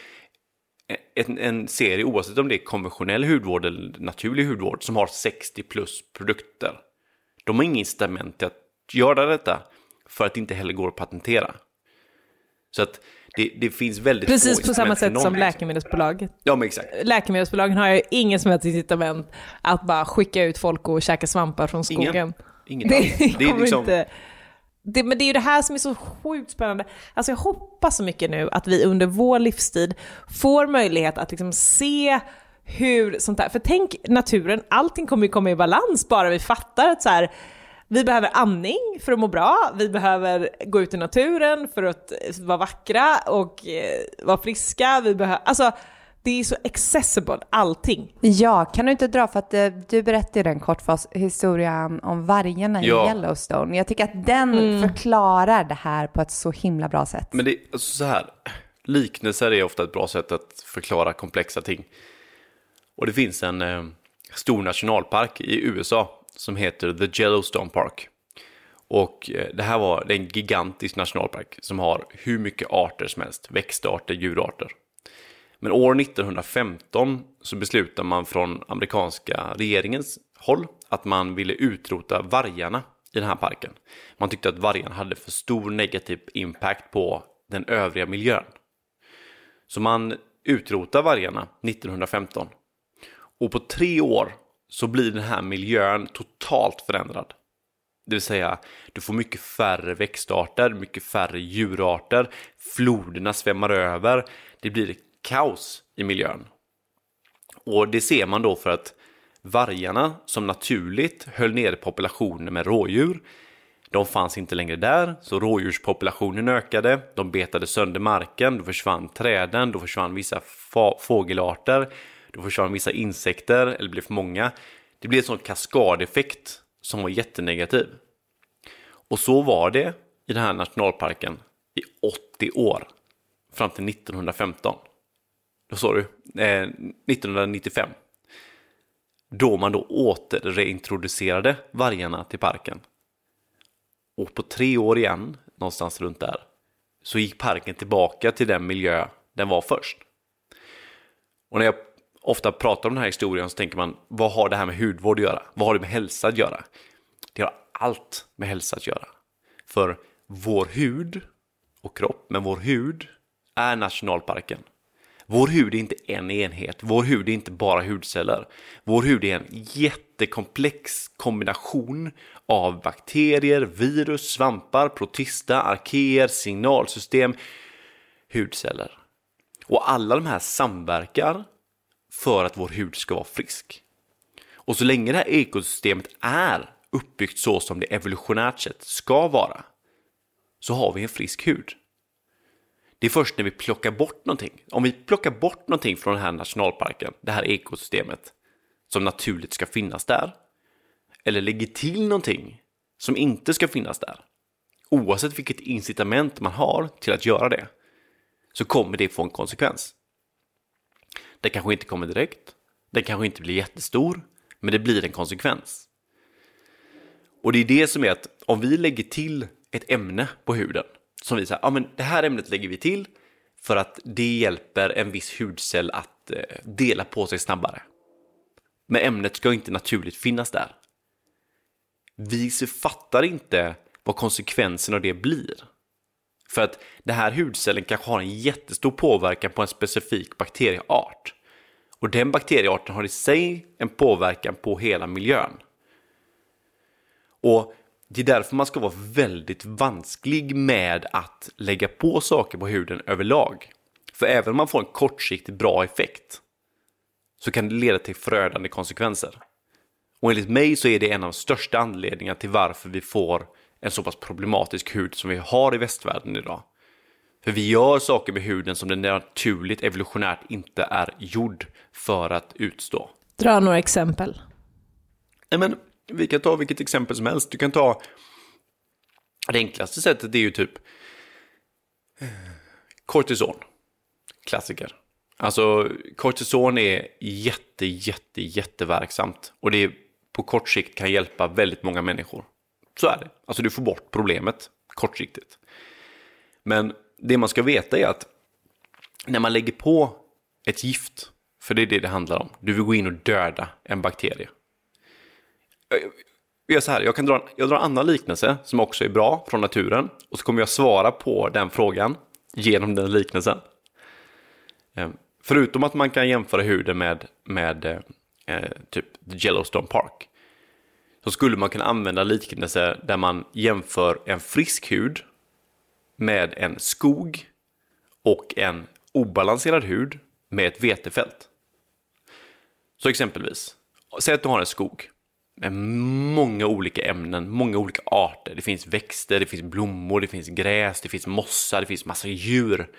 en, en serie, oavsett om det är konventionell hudvård eller naturlig hudvård, som har sextio plus produkter. De har ingen incitament till att göra detta, för att det inte heller går att patentera. Så att det, det finns väldigt precis på samma sätt som läkemedelsbolag. Ja, men exakt. Läkemedelsbolagen har ju ingen som helst incitament att bara skicka ut folk och käka svampar från skogen. Ingen. Ingen det, det är liksom inte. Det, men det är ju det här som är så sjukt spännande. Alltså jag hoppas så mycket nu att vi under vår livstid får möjlighet att liksom se hur sånt här, för tänk naturen, allting kommer ju komma i balans bara vi fattar att så här, vi behöver andning för att må bra. Vi behöver gå ut i naturen för att vara vackra och eh, vara friska. Vi behöver, alltså, det är så accessible, allting. Ja, kan du inte dra, för att eh, du berättade den kort för oss, historien om vargarna ja. i Yellowstone. Jag tycker att den mm. förklarar det här på ett så himla bra sätt. Men det är alltså så här, liknelser är ofta ett bra sätt att förklara komplexa ting. Och det finns en eh, stor nationalpark i U S A som heter The Yellowstone Park. Och det här var det är en gigantisk nationalpark som har hur mycket arter som helst, växtarter, djurarter. Men år nittonhundrafemton så beslutar man från amerikanska regeringens håll att man ville utrota vargarna i den här parken. Man tyckte att vargarna hade för stor negativ impact på den övriga miljön. Så man utrotar vargarna nittonhundrafemton. Och på tre år så blir den här miljön totalt förändrad. Det vill säga, du får mycket färre växtarter, mycket färre djurarter, floderna svämmar över, det blir kaos i miljön. Och det ser man då för att vargarna som naturligt höll ner populationen med rådjur, de fanns inte längre där, så rådjurspopulationen ökade, de betade sönder marken, då försvann träden, då försvann vissa fa- fågelarter, då försvann vissa insekter, eller blev för många. Det blev en sån kaskadeffekt som var jättenegativ. Och så var det i den här nationalparken i åttio år. Fram till nittonhundrafemton. Då sa du, eh, nittonhundranittiofem. Då man då återreintroducerade vargarna till parken. Och på tre år igen, någonstans runt där, så gick parken tillbaka till den miljö den var först. Och när jag ofta pratar om den här historien så tänker man, vad har det här med hudvård att göra? Vad har det med hälsa att göra? Det har allt med hälsa att göra. För vår hud och kropp, men vår hud är nationalparken. Vår hud är inte en enhet. Vår hud är inte bara hudceller. Vår hud är en jättekomplex kombination av bakterier, virus, svampar, protista, arkeer, signalsystem, hudceller. Och alla de här samverkar för att vår hud ska vara frisk. Och så länge det här ekosystemet är uppbyggt så som det evolutionärt sett ska vara, så har vi en frisk hud. Det är först när vi plockar bort någonting. Om vi plockar bort någonting från den här nationalparken, det här ekosystemet som naturligt ska finnas där, eller lägger till någonting som inte ska finnas där, oavsett vilket incitament man har till att göra det, så kommer det få en konsekvens. Det kanske inte kommer direkt, det kanske inte blir jättestor, men det blir en konsekvens. Och det är det som är att om vi lägger till ett ämne på huden, som vi säger, ja men det här ämnet lägger vi till för att det hjälper en viss hudcell att eh, dela på sig snabbare. Men ämnet ska inte naturligt finnas där. Vi fattar inte vad konsekvensen av det blir. För att det här hudcellen kanske har en jättestor påverkan på en specifik bakterieart. Och den bakteriearten har i sig en påverkan på hela miljön. Och det är därför man ska vara väldigt vansklig med att lägga på saker på huden överlag. För även om man får en kortsiktig bra effekt så kan det leda till förödande konsekvenser. Och enligt mig så är det en av de största anledningarna till varför vi får en så pass problematisk hud som vi har i västvärlden idag. För vi gör saker med huden som den naturligt evolutionärt inte är gjord för att utstå. Dra några exempel. Nej, men vi kan ta vilket exempel som helst. Du kan ta det enklaste sättet, det är ju typ kortison. Klassiker. Alltså kortison är jätte, jätte, jätteverksamt. Och det är, på kort sikt kan hjälpa väldigt många människor. Så är det. Alltså du får bort problemet kortsiktigt. Men det man ska veta är att när man lägger på ett gift, för det är det det handlar om. Du vill gå in och döda en bakterie. Jag gör så här, jag kan dra, jag drar en annan liknelse som också är bra från naturen. Och så kommer jag svara på den frågan genom den liknelsen. Förutom att man kan jämföra huden med, med eh, typ Yellowstone Park, så skulle man kunna använda liknelser där man jämför en frisk hud med en skog och en obalanserad hud med ett vetefält. Så exempelvis, säg att du har en skog med många olika ämnen, många olika arter. Det finns växter, det finns blommor, det finns gräs, det finns mossar, det finns massa djur.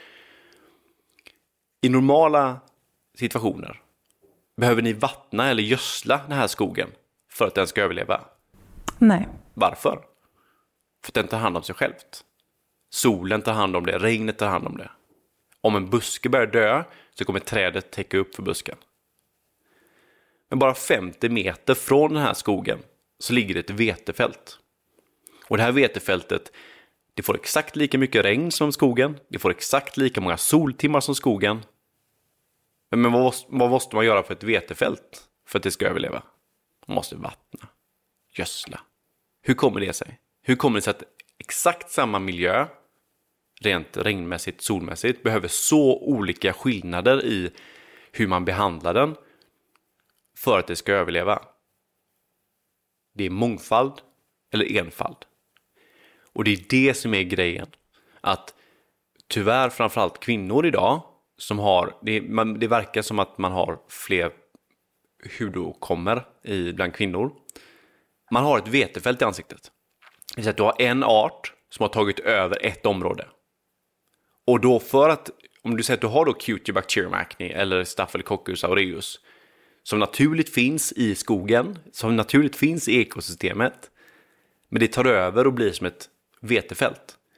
I normala situationer behöver ni vattna eller gödsla den här skogen för att den ska överleva. Nej. Varför? För att den tar hand om sig självt. Solen tar hand om det, regnet tar hand om det. Om en buske börjar dö så kommer trädet täcka upp för busken. Men bara femtio meter från den här skogen så ligger det ett vetefält. Och det här vetefältet, det får exakt lika mycket regn som skogen. Det får exakt lika många soltimmar som skogen. Men vad, vad måste man göra för ett vetefält för att det ska överleva? Man måste vattna, gödsla. Hur kommer det sig? Hur kommer det sig att exakt samma miljö, rent regnmässigt, solmässigt, behöver så olika skillnader i hur man behandlar den för att det ska överleva? Det är mångfald eller enfald. Och det är det som är grejen. Att tyvärr framförallt kvinnor idag som har, det, man, det verkar som att man har fler hudåkommor i bland kvinnor. Man har ett vetefält i ansiktet. Det vill säga att du har en art som har tagit över ett område. Och då för att, om du säger att du har då Cutibacterium acne eller Staphylococcus aureus som naturligt finns i skogen, som naturligt finns i ekosystemet, men det tar över och blir som ett vetefält.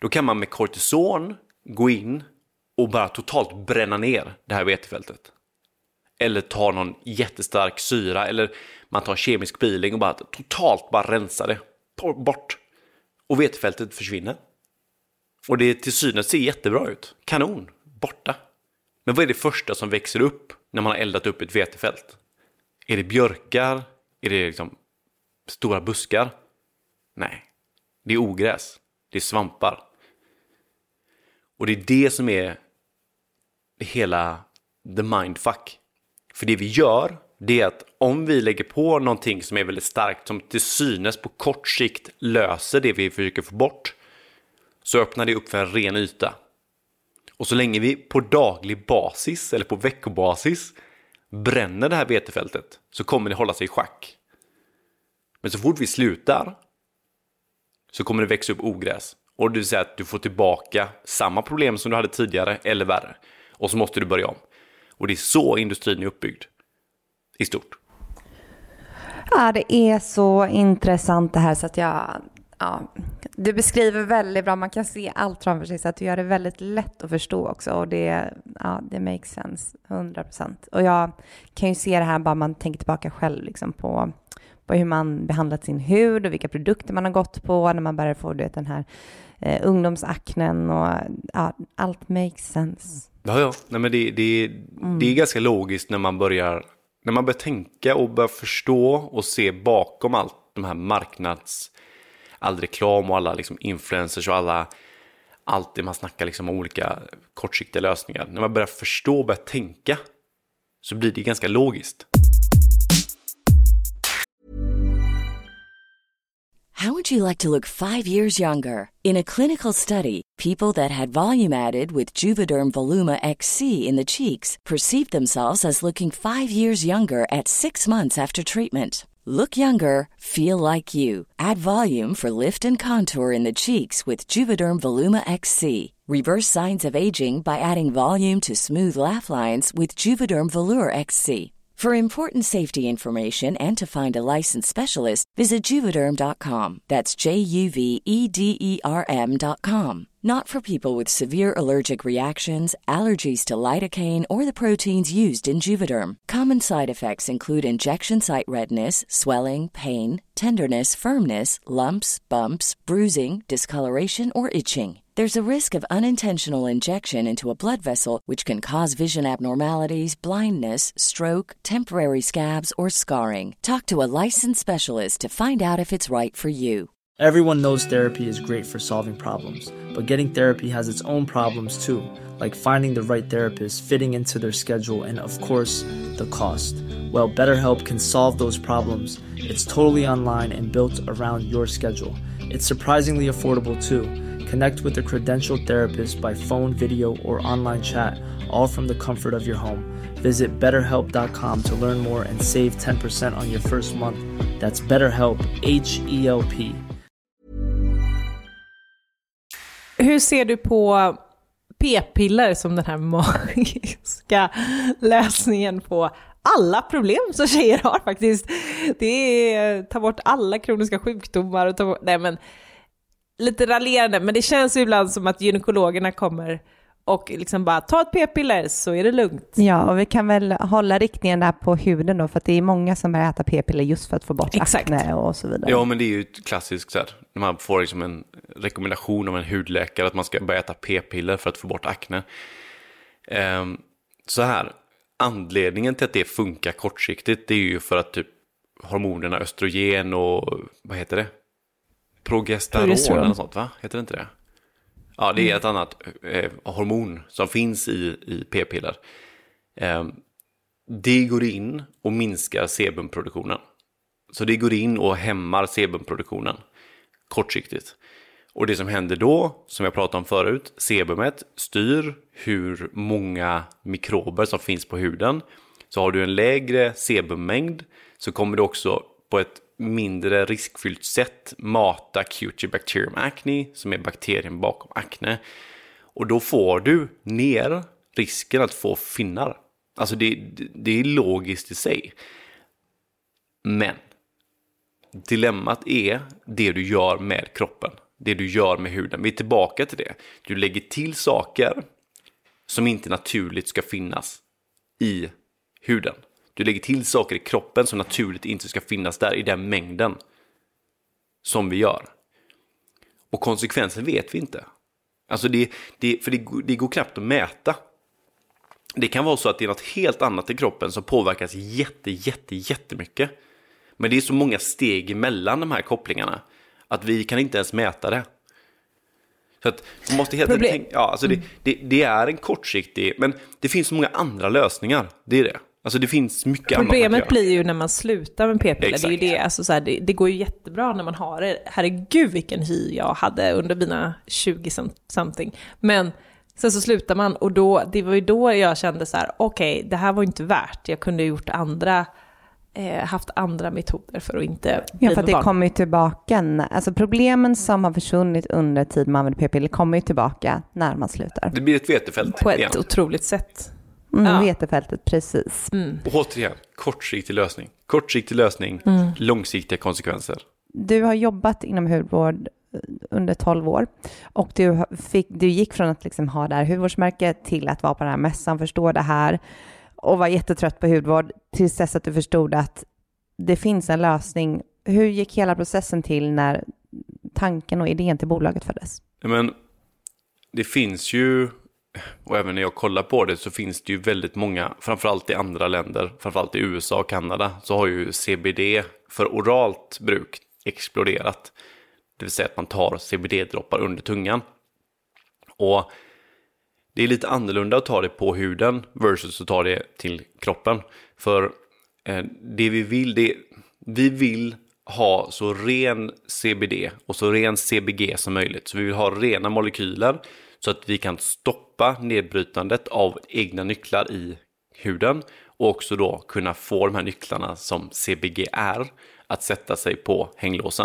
Då kan man med kortison gå in och bara totalt bränna ner det här vetefältet. Eller ta någon jättestark syra, eller man tar kemisk peeling och bara totalt bara rensa det bort. Och vetefältet försvinner. Och det till synes ser jättebra ut. Kanon, borta. Men vad är det första som växer upp när man har eldat upp ett vetefält? Är det björkar? Är det liksom stora buskar? Nej, det är ogräs. Det är svampar. Och det är det som är hela the mindfuck. För det vi gör, det är att om vi lägger på någonting som är väldigt starkt, som till synes på kort sikt löser det vi försöker få bort, så öppnar det upp för en ren yta. Och så länge vi på daglig basis eller på veckobasis bränner det här vetefältet, så kommer det hålla sig i schack. Men så fort vi slutar så kommer det växa upp ogräs. Och det vill säga att du får tillbaka samma problem som du hade tidigare eller värre. Och så måste du börja om. Och det är så industrin är uppbyggd i stort. Ja, det är så intressant det här så att jag... Ja, du beskriver väldigt bra, man kan se allt framför sig så att du gör det väldigt lätt att förstå också, och det, ja, det makes sense, hundra procent. Och jag kan ju se det här bara man tänker tillbaka själv liksom på, på hur man behandlat sin hud och vilka produkter man har gått på när man börjar få det, den här eh, ungdomsaknen och ja, allt makes sense. Ja, ja. Nej, men det, det, mm. det är ganska logiskt när man börjar när man börjar tänka och börjar förstå och se bakom allt de här marknads all reklam och alla liksom influencers och alla, allt det man snackar liksom om olika kortsiktiga lösningar. När man börjar förstå och börjar tänka så blir det ganska logiskt. How would you like to look five years younger? In a clinical study, people that had volume added with Juvederm Voluma X C in the cheeks perceived themselves as looking five years younger at six months after treatment. Look younger, feel like you. Add volume for lift and contour in the cheeks with Juvederm Voluma X C. Reverse signs of aging by adding volume to smooth laugh lines with Juvederm Volure X C. For important safety information and to find a licensed specialist, visit Juvederm dot com. That's J U V E D E R M dot com. Not for people with severe allergic reactions, allergies to lidocaine, or the proteins used in Juvederm. Common side effects include injection site redness, swelling, pain, tenderness, firmness, lumps, bumps, bruising, discoloration, or itching. There's a risk of unintentional injection into a blood vessel, which can cause vision abnormalities, blindness, stroke, temporary scabs, or scarring. Talk to a licensed specialist to find out if it's right for you. Everyone knows therapy is great for solving problems, but getting therapy has its own problems too, like finding the right therapist, fitting into their schedule, and of course, the cost. Well, BetterHelp can solve those problems. It's totally online and built around your schedule. It's surprisingly affordable too. Connect with a credentialed therapist by phone, video, or online chat, all from the comfort of your home. Visit better help dot com to learn more and save ten percent on your first month. That's BetterHelp, H E L P. Hur ser du på p-piller som den här magiska lösningen på alla problem som tjejer har faktiskt? Det är ta bort alla kroniska sjukdomar och ta bort, nej men lite raljerande, men det känns ju ibland som att gynekologerna kommer och liksom bara ta ett p-piller så är det lugnt. Ja, och vi kan väl hålla riktningen där på huden då, för att det är många som börjar äta p-piller just för att få bort Exakt. akne och så vidare. Ja, men det är ju ett klassiskt så här, när man får liksom en rekommendation av en hudläkare att man ska börja äta p-piller för att få bort akne. Um, så här, anledningen till att det funkar kortsiktigt, det är ju för att typ hormonerna östrogen och vad heter det? Progesteron, Progesteron. Eller något sånt, va? Heter det inte det? Ja, det är ett annat eh, hormon som finns i, i p-piller. Eh, det går in och minskar sebumproduktionen. Så det går in och hämmar sebumproduktionen kortsiktigt. Och det som händer då, som jag pratade om förut, sebumet styr hur många mikrober som finns på huden. Så har du en lägre sebummängd så kommer du också på ett mindre riskfyllt sätt mata Cutibacterium acne, som är bakterien bakom akne. Och då får du ner risken att få finnar. Alltså det, det är logiskt i sig. Men dilemmat är det du gör med kroppen. det du gör med huden. Vi är tillbaka till det. Du lägger till saker som inte naturligt ska finnas i huden. Du lägger till saker i kroppen som naturligt inte ska finnas där i den mängden som vi gör. Och konsekvensen vet vi inte. Alltså det, det, för det, det går knappt att mäta. Det kan vara så att det är något helt annat i kroppen som påverkas jätte, jätte, jättemycket. Men det är så många steg mellan de här kopplingarna att vi kan inte ens mäta det. Så att man måste helt enkelt tänka, ja, alltså det, det, det är en kortsiktig, men det finns så många andra lösningar, det är det. Alltså det finns mycket annat. Problemet blir ju när man slutar med p-piller. Exakt. Det är ju det, alltså så här, det, det går ju jättebra när man har det. Herregud vilken hy jag hade under mina tjugo something. Men sen så slutar man och då, det var ju då jag kände så här: okej, okay, det här var inte värt. Jag kunde ha gjort andra, eh, haft andra metoder för att inte bli Ja, för att det barn. kommer ju tillbaka. Alltså problemen som har försvunnit under tid man använder p-piller kommer ju tillbaka när man slutar. Det blir ett vetefält På ett igen. otroligt sätt. Mm, Ja. Vetefältet, precis. Mm. Och återigen, kortsiktig lösning. Kortsiktig lösning, Mm. långsiktiga konsekvenser. Du har jobbat inom hudvård under tolv år och du, fick, du gick från att liksom ha det här hudvårdsmärket till att vara på den här mässan, förstå det här och var jättetrött på hudvård tills dess att du förstod att det finns en lösning. Hur gick hela processen till när tanken och idén till bolaget föddes? Men det finns ju, och även när jag kollar på det så finns det ju väldigt många, framförallt i andra länder, framförallt i U S A och Kanada, så har ju C B D för oralt bruk exploderat. Det vill säga att man tar C B D-droppar under tungan. Och det är lite annorlunda att ta det på huden versus att ta det till kroppen. För eh, det vi vill, det, vi vill ha så ren C B D och så ren C B G som möjligt. Så vi vill ha rena molekyler så att vi kan stoppa nedbrytandet av egna nycklar i huden och också då kunna få de här nycklarna som C B G är att sätta sig på hänglåsen.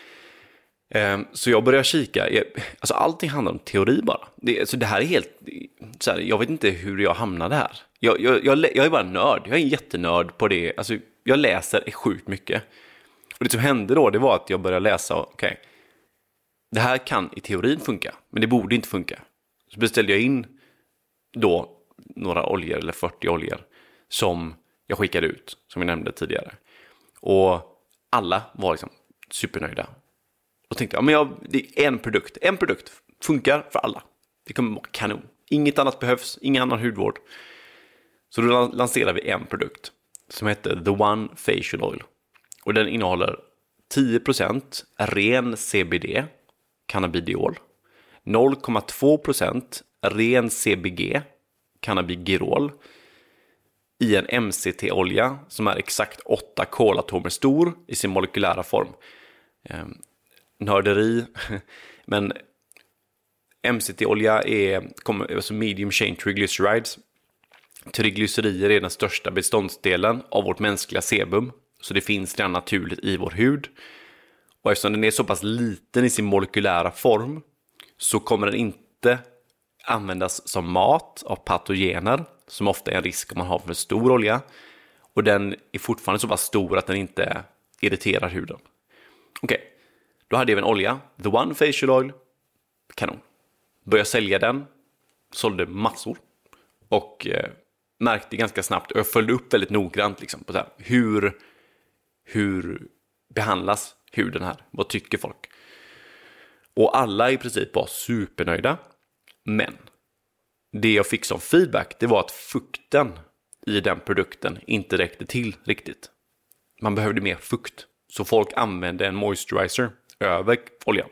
Så jag börjar kika, alltså allting handlar om teori bara. Det, så det här är helt, så här, jag vet inte hur jag hamnade här. Jag, jag, jag, jag är bara nörd, jag är en jättenörd på det. Alltså jag läser sjukt mycket. Och det som hände då, det var att jag började läsa, okej, okay, det här kan i teorin funka, men det borde inte funka. Så beställde jag in då några oljor eller fyrtio oljor som jag skickade ut, som jag nämnde tidigare. Och alla var liksom supernöjda. Och tänkte, ja men jag, det är en produkt, en produkt funkar för alla. Det kommer vara kanon. Inget annat behövs, ingen annan hudvård. Så då lanserade vi en produkt som heter The One Facial Oil. Och den innehåller tio procent ren C B D, cannabidiol, noll komma två procent ren C B G, cannabigirol, i en M C T-olja som är exakt åtta kolatomer stor i sin molekylära form. Ehm, nörderi, men M C T-olja är alltså medium chain triglycerides. Triglycerider är den största beståndsdelen av vårt mänskliga sebum, så det finns redan naturligt i vår hud. Och eftersom den är så pass liten i sin molekylära form så kommer den inte användas som mat av patogener, som ofta är en risk om man har för stor olja. Och den är fortfarande så pass stor att den inte irriterar huden. Okej, okay. Då hade jag en olja, The One Facial Oil, kanon. Började sälja den, sålde massor och eh, märkte ganska snabbt, och jag följde upp väldigt noggrant liksom, på så här, hur, hur behandlas huden här, vad tycker folk? Och alla i princip var supernöjda, men det jag fick som feedback, det var att fukten i den produkten inte räckte till riktigt. Man behövde mer fukt, så folk använde en moisturizer över oljan.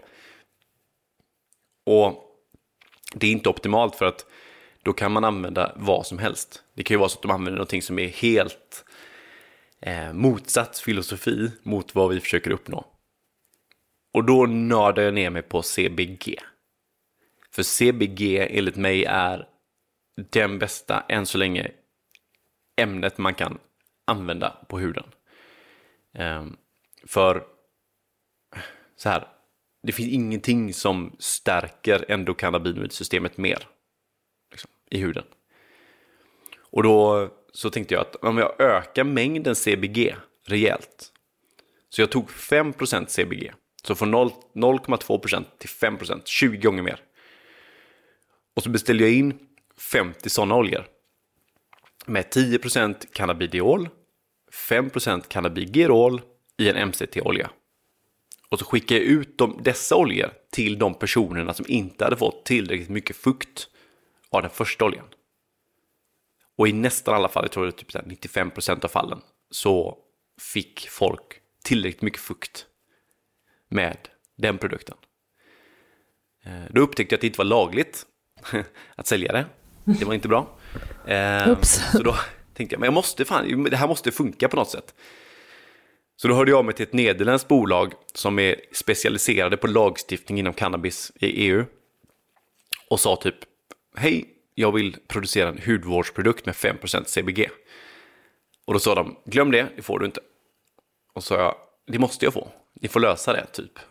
Och det är inte optimalt, för att då kan man använda vad som helst. Det kan ju vara så att de använder någonting som är helt eh, motsatt filosofi mot vad vi försöker uppnå. Och då nördar jag ner mig på C B G. För C B G enligt mig är den bästa, än så länge, ämnet man kan använda på huden. Eh, för så här, det finns ingenting som stärker endokannabinoidsystemet mer liksom, i huden. Och då så tänkte jag att om jag ökar mängden C B G rejält, så jag tog fem procent C B G Så från noll komma två procent till fem procent, tjugo gånger mer. Och så beställde jag in femtio sådana oljor. Med tio procent cannabidiol, fem procent cannabigerol i en M C T-olja. Och så skickade jag ut de, dessa oljor till de personerna som inte hade fått tillräckligt mycket fukt av den första oljan. Och i nästan alla fall, jag tror det är typ nittiofem procent av fallen, så fick folk tillräckligt mycket fukt med den produkten. Då upptäckte jag att det inte var lagligt att sälja det. Det var inte bra. Oops. Så då tänkte jag, men jag måste fan, det här måste funka på något sätt. Så då hörde jag mig till ett nederländskt bolag som är specialiserade på lagstiftning inom cannabis i E U. Och sa typ, hej, jag vill producera en hudvårdsprodukt med fem procent C B G. Och då sa de, glöm det, det får du inte. Och så sa jag, det måste jag få. Ni får lösa det, typ.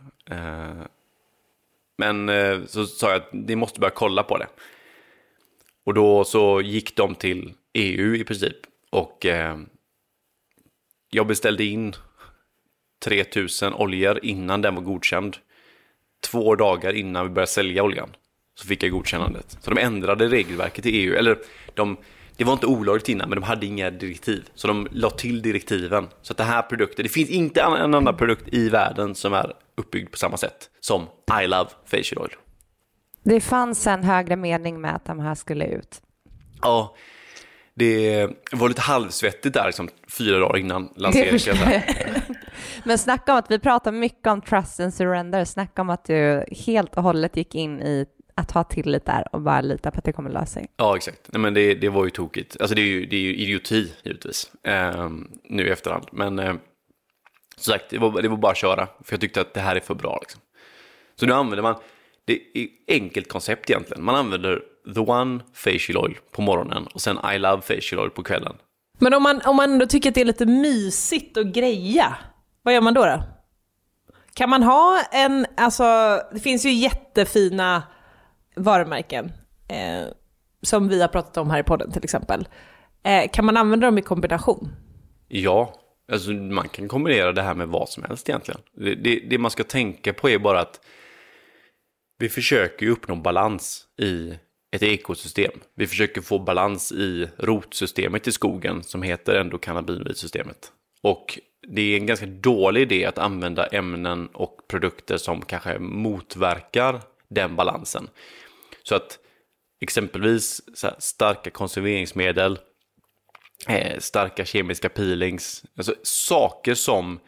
Men så sa jag att ni måste börja kolla på det. Och då så gick de till E U i princip. Och jag beställde in tre tusen oljor innan den var godkänd. Två dagar innan vi började sälja oljan så fick jag godkännandet. Så de ändrade regelverket i E U. Eller de, det var inte olagligt innan, men de hade inga direktiv. Så de la till direktiven. Så att det här produkten, det finns inte en annan produkt i världen som är uppbyggd på samma sätt som I Love Facial Oil. Det fanns en högre mening med att de här skulle ut. Ja, det var lite halvsvettigt där liksom, fyra dagar innan lanseringen. Men snacka om att vi pratar mycket om trust and surrender. Snacka om att du helt och hållet gick in i att ha tillit där och bara lita på att det kommer lösa sig. Ja, exakt. Nej, men det, det var ju tokigt. Alltså det är ju, det är ju idioti givetvis. Eh, nu i efterhand. Men eh, som sagt, det var, det var bara att köra. För jag tyckte att det här är för bra. Liksom. Så nu använder man, det är enkelt koncept egentligen. Man använder The One Facial Oil på morgonen och sen I Love Facial Oil på kvällen. Men om man, om man då tycker att det är lite mysigt och greja, vad gör man då då? Kan man ha en, alltså det finns ju jättefina varumärken eh, som vi har pratat om här i podden till exempel. Eh, kan man använda dem i kombination? Ja, alltså man kan kombinera det här med vad som helst egentligen. Det, det, det man ska tänka på är bara att vi försöker ju uppnå balans i ett ekosystem. Vi försöker få balans i rotsystemet i skogen som heter endokannabinoidsystemet. Och det är en ganska dålig idé att använda ämnen och produkter som kanske motverkar den balansen. Så att exempelvis så här, starka konserveringsmedel, eh, starka kemiska peelings, alltså saker som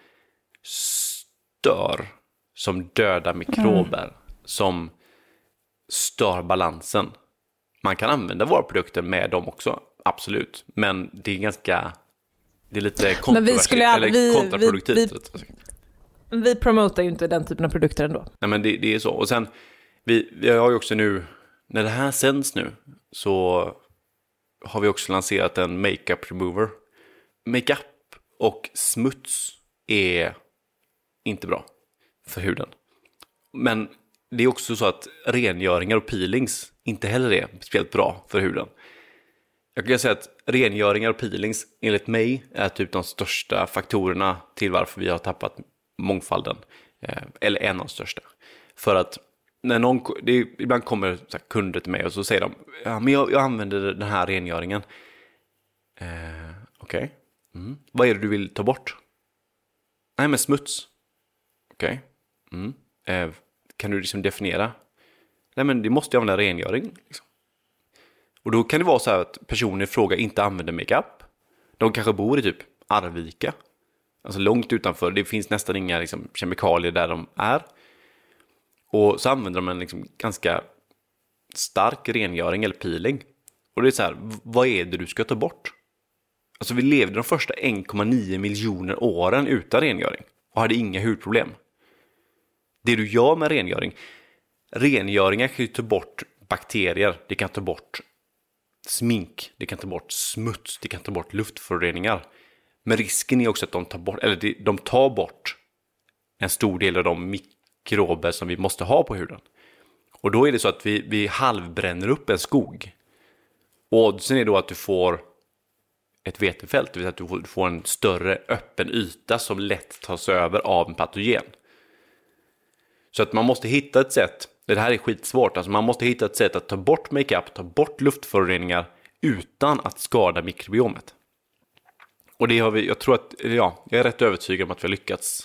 stör, som dödar mikrober, mm. som stör balansen. Man kan använda våra produkter med dem också, absolut. Men det är ganska, det är lite kontroversiellt eller vi, kontraproduktivt. Vi, vi, vi promotar ju inte den typen av produkter ändå. Nej, men det, det är så. Och sen, vi, vi har ju också nu, när det här sänds nu, så har vi också lanserat en makeup remover. Makeup och smuts är inte bra för huden. Men det är också så att rengöringar och peelings inte heller är speciellt bra för huden. Jag kan säga att rengöringar och peelings enligt mig är typ de största faktorerna till varför vi har tappat mångfalden. Eller en av de största. För att när någon, det är, ibland kommer så här, kunder till mig och så säger de, ja, men jag, jag använder den här rengöringen. Eh, Okej. Okay. Mm. Vad är det du vill ta bort? Nej, men smuts. Okej. Okay. Mm. Eh, kan du liksom definiera? Nej, men det måste jag använda rengöring. Liksom. Och då kan det vara så här att personer i fråga inte använder makeup. De kanske bor i typ Arvika. Alltså långt utanför. Det finns nästan inga liksom, kemikalier där de är. Och så använder de en liksom ganska stark rengöring eller peeling. Och det är så här, vad är det du ska ta bort? Alltså vi levde de första en komma nio miljoner åren utan rengöring. Och hade inga hudproblem. Det du gör med rengöring. Rengöringar kan ju ta bort bakterier. Det kan ta bort smink. Det kan ta bort smuts. Det kan ta bort luftföroreningar. Men risken är också att de tar bort, eller de tar bort en stor del av de mikrober som vi måste ha på huden. Och då är det så att vi, vi halvbränner upp en skog. Och oddsen är då att du får ett vetefält. Det vill säga att du får, du får en större öppen yta som lätt tas över av en patogen. Så att man måste hitta ett sätt, det här är skitsvårt, alltså man måste hitta ett sätt att ta bort makeup, ta bort luftföroreningar utan att skada mikrobiomet. Och det har vi, jag tror att, ja, jag är rätt övertygad om att vi har lyckats.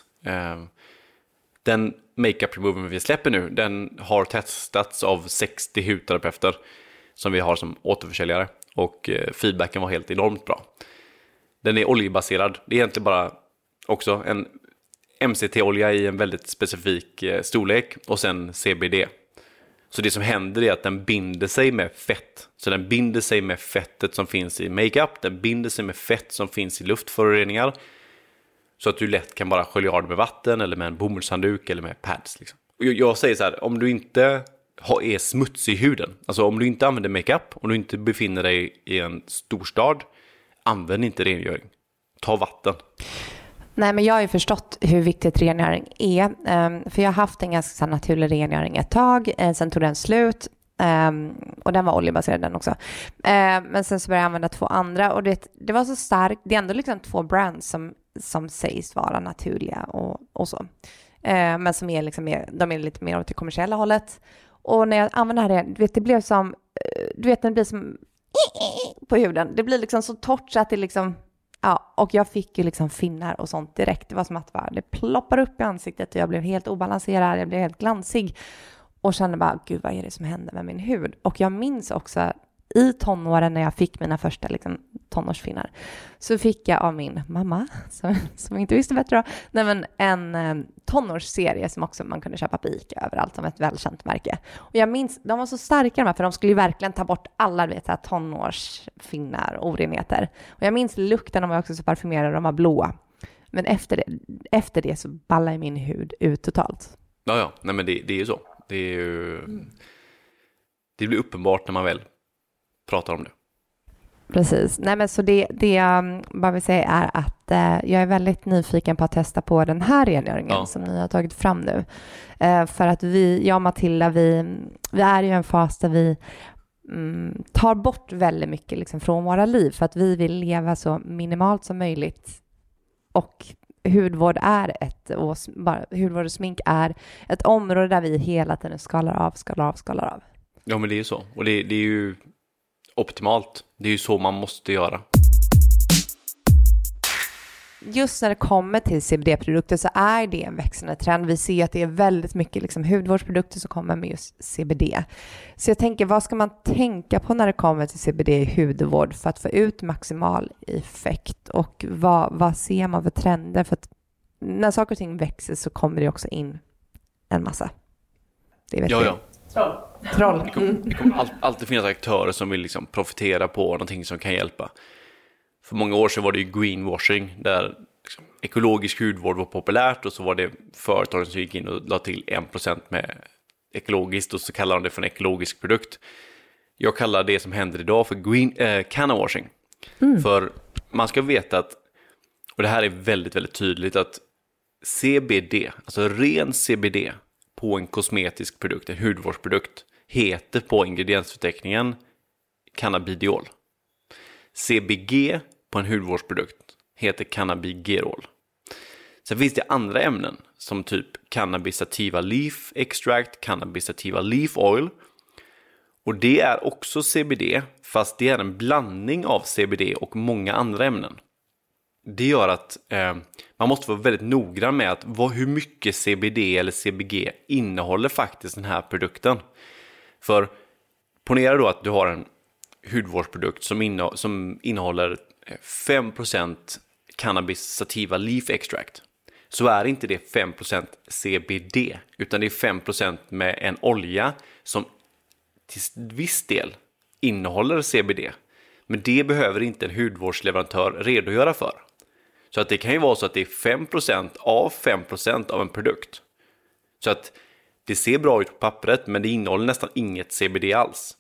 Den makeup remover vi släpper nu, den har testats av sextio hudterapeuter som vi har som återförsäljare. Och feedbacken var helt enormt bra. Den är oljebaserad. Det är egentligen bara också en M C T-olja i en väldigt specifik storlek och sen C B D. Så det som händer är att den binder sig med fett. Så den binder sig med fettet som finns i makeup. Den binder sig med fett som finns i luftföroreningar. Så att du lätt kan bara skölja av det med vatten eller med en bomullshandduk eller med pads. Liksom. Och jag säger så här, om du inte är smutsig i huden, alltså om du inte använder makeup, om du inte befinner dig i en storstad, använd inte rengöring. Ta vatten. Nej, men jag har ju förstått hur viktigt rengöring är. För jag har haft en ganska naturlig rengöring ett tag. Sen tog den slut. Och den var oljebaserad den också. Men sen så började jag använda två andra. Och det, det var så starkt. Det är ändå liksom två brands som, som sägs vara naturliga och, och så. Men som är liksom mer, de är lite mer åt det kommersiella hållet. Och när jag använde det här, du vet, det blev som, du vet, det blir som på huden. Det blir liksom så torrt så att det liksom, ja, och jag fick ju liksom finnar och sånt direkt. Det var som att det ploppar upp i ansiktet och jag blev helt obalanserad, jag blev helt glansig. Och kände bara, gud, vad är det som händer med min hud? Och jag minns också i tonåren när jag fick mina första liksom, tonårsfinnar. Så fick jag av min mamma, som, som inte visste bättre då, nej, men en eh, tonårsserie som också man kunde köpa på Ica överallt, som ett välkänt märke. Och jag minns, de var så starka de här, för de skulle ju verkligen ta bort alla vet, här, tonårsfinnar och orenheter. Och jag minns lukten, de var också så parfymerade, de var blåa. Men efter det, efter det så ballade min hud ut totalt. Ja, ja, nej men det, det är ju så. Det är ju, det blir uppenbart när man väl pratar om det. Precis. Nej, men så det, det jag bara vill säga är att eh, jag är väldigt nyfiken på att testa på den här rengöringen ja. som ni har tagit fram nu. Eh, för att vi, jag och Matilda, vi, vi är ju en fas där vi mm, tar bort väldigt mycket liksom, från våra liv. För att vi vill leva så minimalt som möjligt. Och hudvård är ett, och bara, hudvård och smink är ett område där vi hela tiden skalar av, skalar av, skalar av. Ja, men det är ju så. Och det, det är ju optimalt. Det är ju så man måste göra. Just när det kommer till C B D-produkter så är det en växande trend. Vi ser att det är väldigt mycket liksom hudvårdsprodukter som kommer med just C B D. Så jag tänker, vad ska man tänka på när det kommer till C B D i hudvård för att få ut maximal effekt? Och vad, vad ser man för trender? För att när saker och ting växer så kommer det också in en massa. Det vet ja, vi. ja. Troll. Troll. Det kommer, det kommer all, alltid finnas aktörer som vill liksom profitera på någonting som kan hjälpa. För många år sedan var det ju greenwashing där liksom, ekologisk hudvård var populärt och så var det företag som gick in och la till en procent med ekologiskt och så kallar de det för en ekologisk produkt. Jag kallar det som händer idag för green, eh, canawashing. Mm. För man ska veta att, och det här är väldigt, väldigt tydligt, att C B D, alltså ren C B D på en kosmetisk produkt, en hudvårdsprodukt, heter på ingrediensförteckningen cannabidiol. C B G på en hudvårdsprodukt heter cannabigerol. Sen finns det andra ämnen som typ cannabis sativa leaf extract, cannabis sativa leaf oil. Och det är också C B D, fast det är en blandning av C B D och många andra ämnen. Det gör att eh, man måste vara väldigt noggrann med att vad, hur mycket C B D eller C B G innehåller faktiskt den här produkten. För ponera då att du har en hudvårdsprodukt som, inno, som innehåller fem procent cannabis sativa leaf extract. Så är inte det fem procent C B D, utan det är fem procent med en olja som till viss del innehåller C B D. Men det behöver inte en hudvårdsleverantör redogöra för. Så att det kan ju vara så att det är fem procent av fem procent av en produkt. Så att det ser bra ut på pappret, men det innehåller nästan inget C B D alls.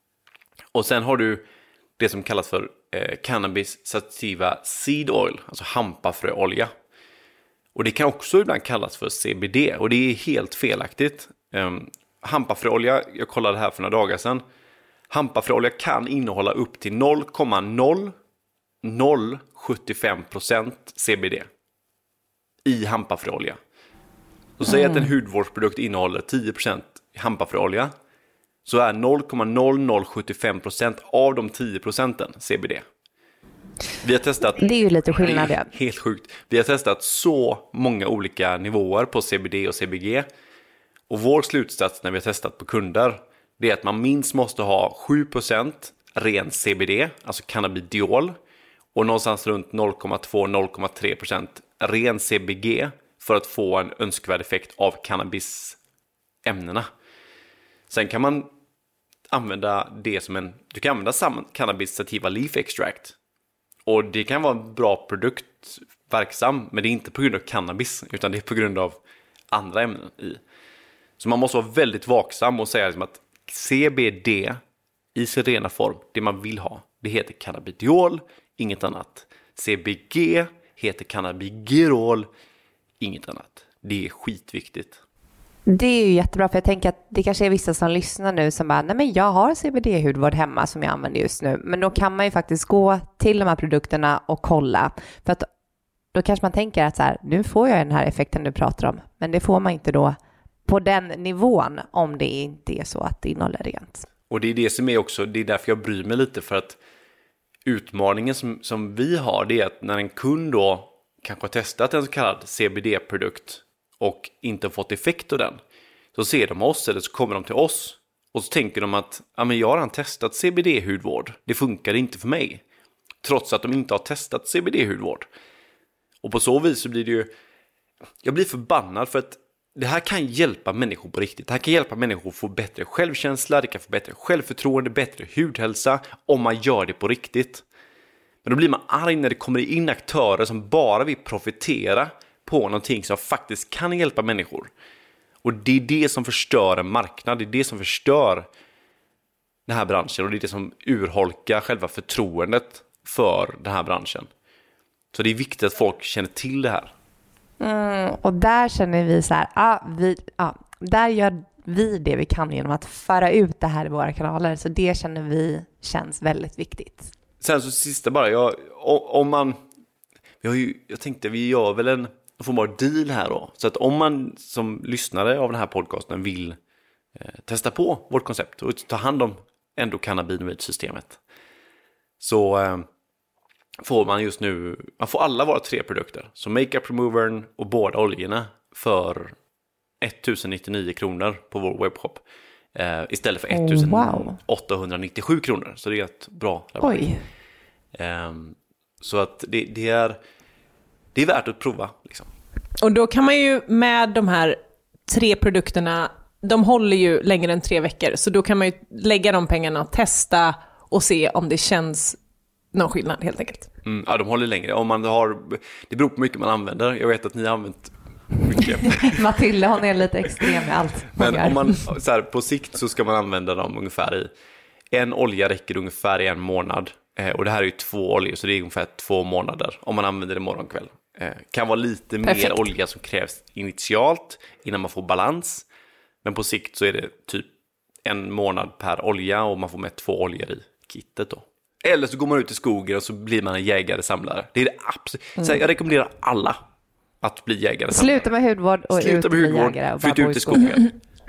Och sen har du det som kallas för eh, cannabis sativa seed oil, alltså hampafröolja. Och det kan också ibland kallas för C B D, och det är helt felaktigt. Um, hampafröolja, jag kollade här för några dagar sedan. Hampafröolja kan innehålla upp till noll komma noll noll sju fem procent C B D i hampafröolja. Så säg att en hudvårdsprodukt innehåller tio procent hampafröolja, så är noll komma noll noll sju fem procent av de tio procenten C B D. Vi har testat, Det är ju lite skillnad, det ja. är helt sjukt. Vi har testat så många olika nivåer på C B D och C B G. Och vår slutsats när vi har testat på kunder, det är att man minst måste ha sju procent ren C B D, alltså cannabidiol, och någonstans runt noll komma två till noll komma tre procent ren C B G för att få en önskvärd effekt av cannabisämnena. Sen kan man använda det som en, du kan använda samma cannabis sativa leaf extract. Och det kan vara en bra produkt, verksam, men det är inte på grund av cannabis, utan det är på grund av andra ämnen i. Så man måste vara väldigt vaksam och säga liksom att C B D i sin rena form, det man vill ha, det heter cannabidiol, inget annat. C B G heter cannabigerol, inget annat. Det är skitviktigt. Det är ju jättebra, för jag tänker att det kanske är vissa som lyssnar nu som bara, nej men jag har C B D-hudvård hemma som jag använder just nu. Men då kan man ju faktiskt gå till de här produkterna och kolla. För att då kanske man tänker att så här, nu får jag den här effekten du pratar om. Men det får man inte då på den nivån om det inte är så att det innehåller rent. Och det är det som är också, det är därför jag bryr mig lite, för att utmaningen som, som vi har, det är att när en kund då kanske har testat en så kallad C B D-produkt och inte fått effekt av den, så ser de oss eller så kommer de till oss och så tänker de att ja, men jag har redan testat C B D-hudvård, det funkar inte för mig, trots att de inte har testat C B D-hudvård. Och på så vis så blir det ju, jag blir förbannad, för att det här kan hjälpa människor på riktigt. Det här kan hjälpa människor att få bättre självkänsla, det kan få bättre självförtroende, bättre hudhälsa om man gör det på riktigt. Men då blir man arg när det kommer in aktörer som bara vill profitera på någonting som faktiskt kan hjälpa människor. Och det är det som förstör en marknad, det är det som förstör den här branschen, och det är det som urholkar själva förtroendet för den här branschen. Så det är viktigt att folk känner till det här. Mm, och där känner vi så här, ah, vi, ah, där gör vi det vi kan genom att föra ut det här i våra kanaler. Så det känner vi känns väldigt viktigt. Sen så sista bara, jag, om man, vi har ju, jag tänkte vi gör väl en form av deal här då. Så att om man som lyssnare av den här podcasten vill eh, testa på vårt koncept och ta hand om endokannabinoidsystemet, så eh, får man just nu, man får alla våra tre produkter, så makeup removern och båda oljorna för tusen nittionio kronor på vår webbshop. Eh, istället för ettusen åttahundranittiosju kronor. Så det är ett bra rabatt. Oj. Eh, så att det, det, är, det är värt att prova. Liksom. Och då kan man ju med de här tre produkterna, de håller ju längre än tre veckor. Så då kan man ju lägga de pengarna och testa och se om det känns någon skillnad helt enkelt. Mm, ja, de håller längre. Om man har, det beror på hur mycket man använder. Jag vet att ni har använt mycket. Matilda, hon är lite extrem i allt. Men om man, så här, på sikt så ska man använda dem ungefär i en olja räcker ungefär i en månad. Eh, och det här är ju två oljor, så det är ungefär två månader om man använder det morgon kväll. Eh, kan vara lite Perfekt. mer olja som krävs initialt innan man får balans. Men på sikt så är det typ en månad per olja och man får med två oljor i kittet då. Eller så går man ut i skogen och så blir man en jägare-samlare. Det är det absolut. Mm. Så jag rekommenderar alla att bli jägare-samlare. Sluta med hudvård och Sluta ut med med hudvård, jägare och flytta bara bo ut i i skogen.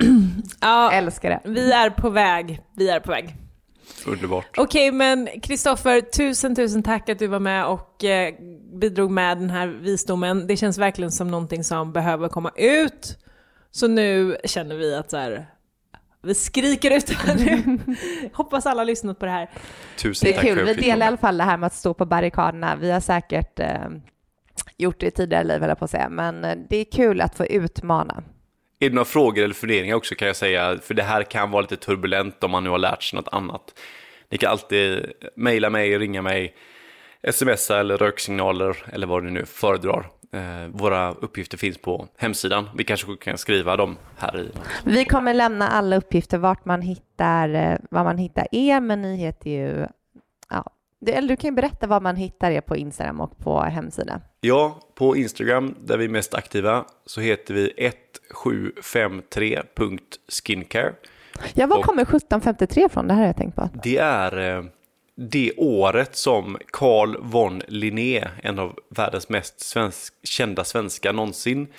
Ja, Älskar det. vi är på väg. Vi är på väg. Underbart. Okej, men Kristoffer, tusen tusen tack att du var med och eh, bidrog med den här visdomen. Det känns verkligen som någonting som behöver komma ut. Så nu känner vi att så här, vi skriker ut här nu. Hoppas alla har lyssnat på det här. Tusen Det är tack kul. för Vi att jag fick delar i vara alla fall det här med att stå på barrikaderna. Vi har säkert eh, gjort det i tidigare liv, eller på att säga. Men eh, det är kul att få utmana. Är det några frågor eller funderingar också kan jag säga, för det här kan vara lite turbulent om man nu har lärt sig något annat. Ni kan alltid mejla mig, ringa mig, smsa eller röksignaler eller vad ni nu föredrar. Eh, våra uppgifter finns på hemsidan. Vi kanske kan skriva dem här i. Vi kommer lämna alla uppgifter vart man hittar, eh, var man hittar er, men ni heter ju... Ja, du, eller du kan ju berätta var man hittar er på Instagram och på hemsidan. Ja, på Instagram där vi är mest aktiva så heter vi ett sju fem tre punkt skincare. Ja, var Och kommer sjutton femtiotre från? Det här har jag tänkt på. det är eh, det året som Carl von Linné, en av världens mest svensk, kända svenskar någonsin,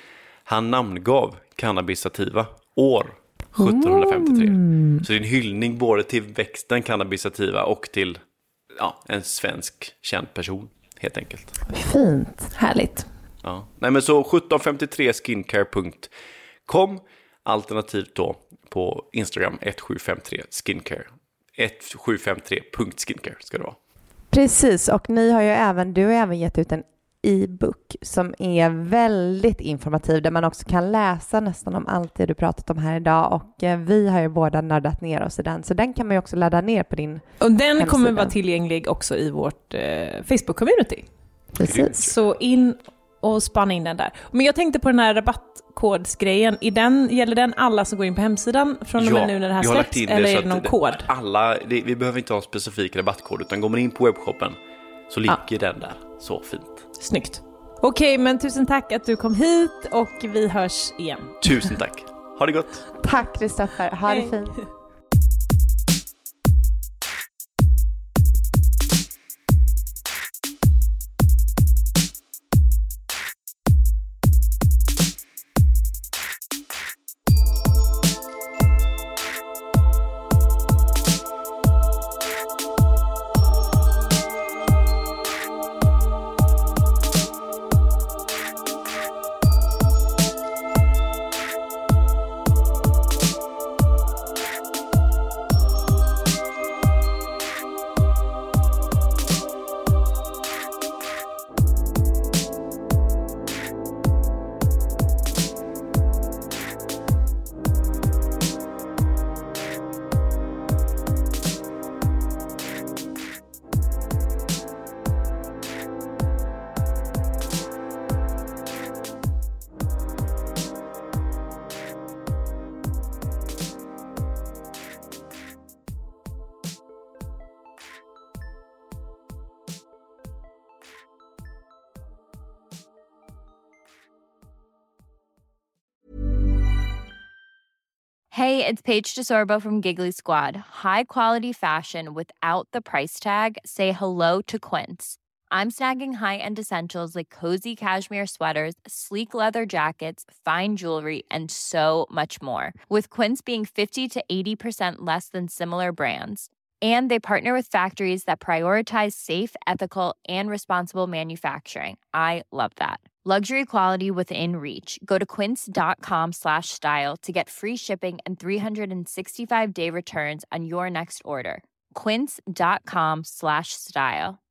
Han namngav Cannabis sativa år sjuttonhundrafemtiotre. Mm. Så det är en hyllning både till växten Cannabis sativa och till ja, en svensk känd person, helt enkelt. Fint. Härligt. Ja. Nej, men så sjutton femtiotre skincare punkt com, alternativt då på Instagram ett sju fem tre skincare. ett sju fem tre punkt skincare ska det vara. Precis, och ni har ju även, du har även gett ut en e-book som är väldigt informativ, där man också kan läsa nästan om allt det du pratat om här idag, och eh, vi har ju båda nördat ner oss i den, så den kan man ju också ladda ner på din Och den hemsida. kommer vara tillgänglig också i vårt eh, Facebook-community. Precis. Så in och spana in den där. Men jag tänkte på den här rabattkodsgrejen. I den, gäller den alla som går in på hemsidan från och med nu när det här släpps? Eller är det någon kod? Alla, det, vi behöver inte ha en specifik rabattkod, utan går man in på webbshoppen så ligger ja. den där. Så fint. Snyggt. Okej, men tusen tack att du kom hit och vi hörs igen. Tusen tack. Ha det gott. Tack Kristoffer. Ha Hej. det fint. Hey, it's Paige DeSorbo from Giggly Squad. High quality fashion without the price tag. Say hello to Quince. I'm snagging high-end essentials like cozy cashmere sweaters, sleek leather jackets, fine jewelry, and so much more. With Quince being fifty to eighty percent less than similar brands. And they partner with factories that prioritize safe, ethical, and responsible manufacturing. I love that. Luxury quality within reach. Go to quince.com slash style to get free shipping and three sixty-five day returns on your next order. Quince.com slash style.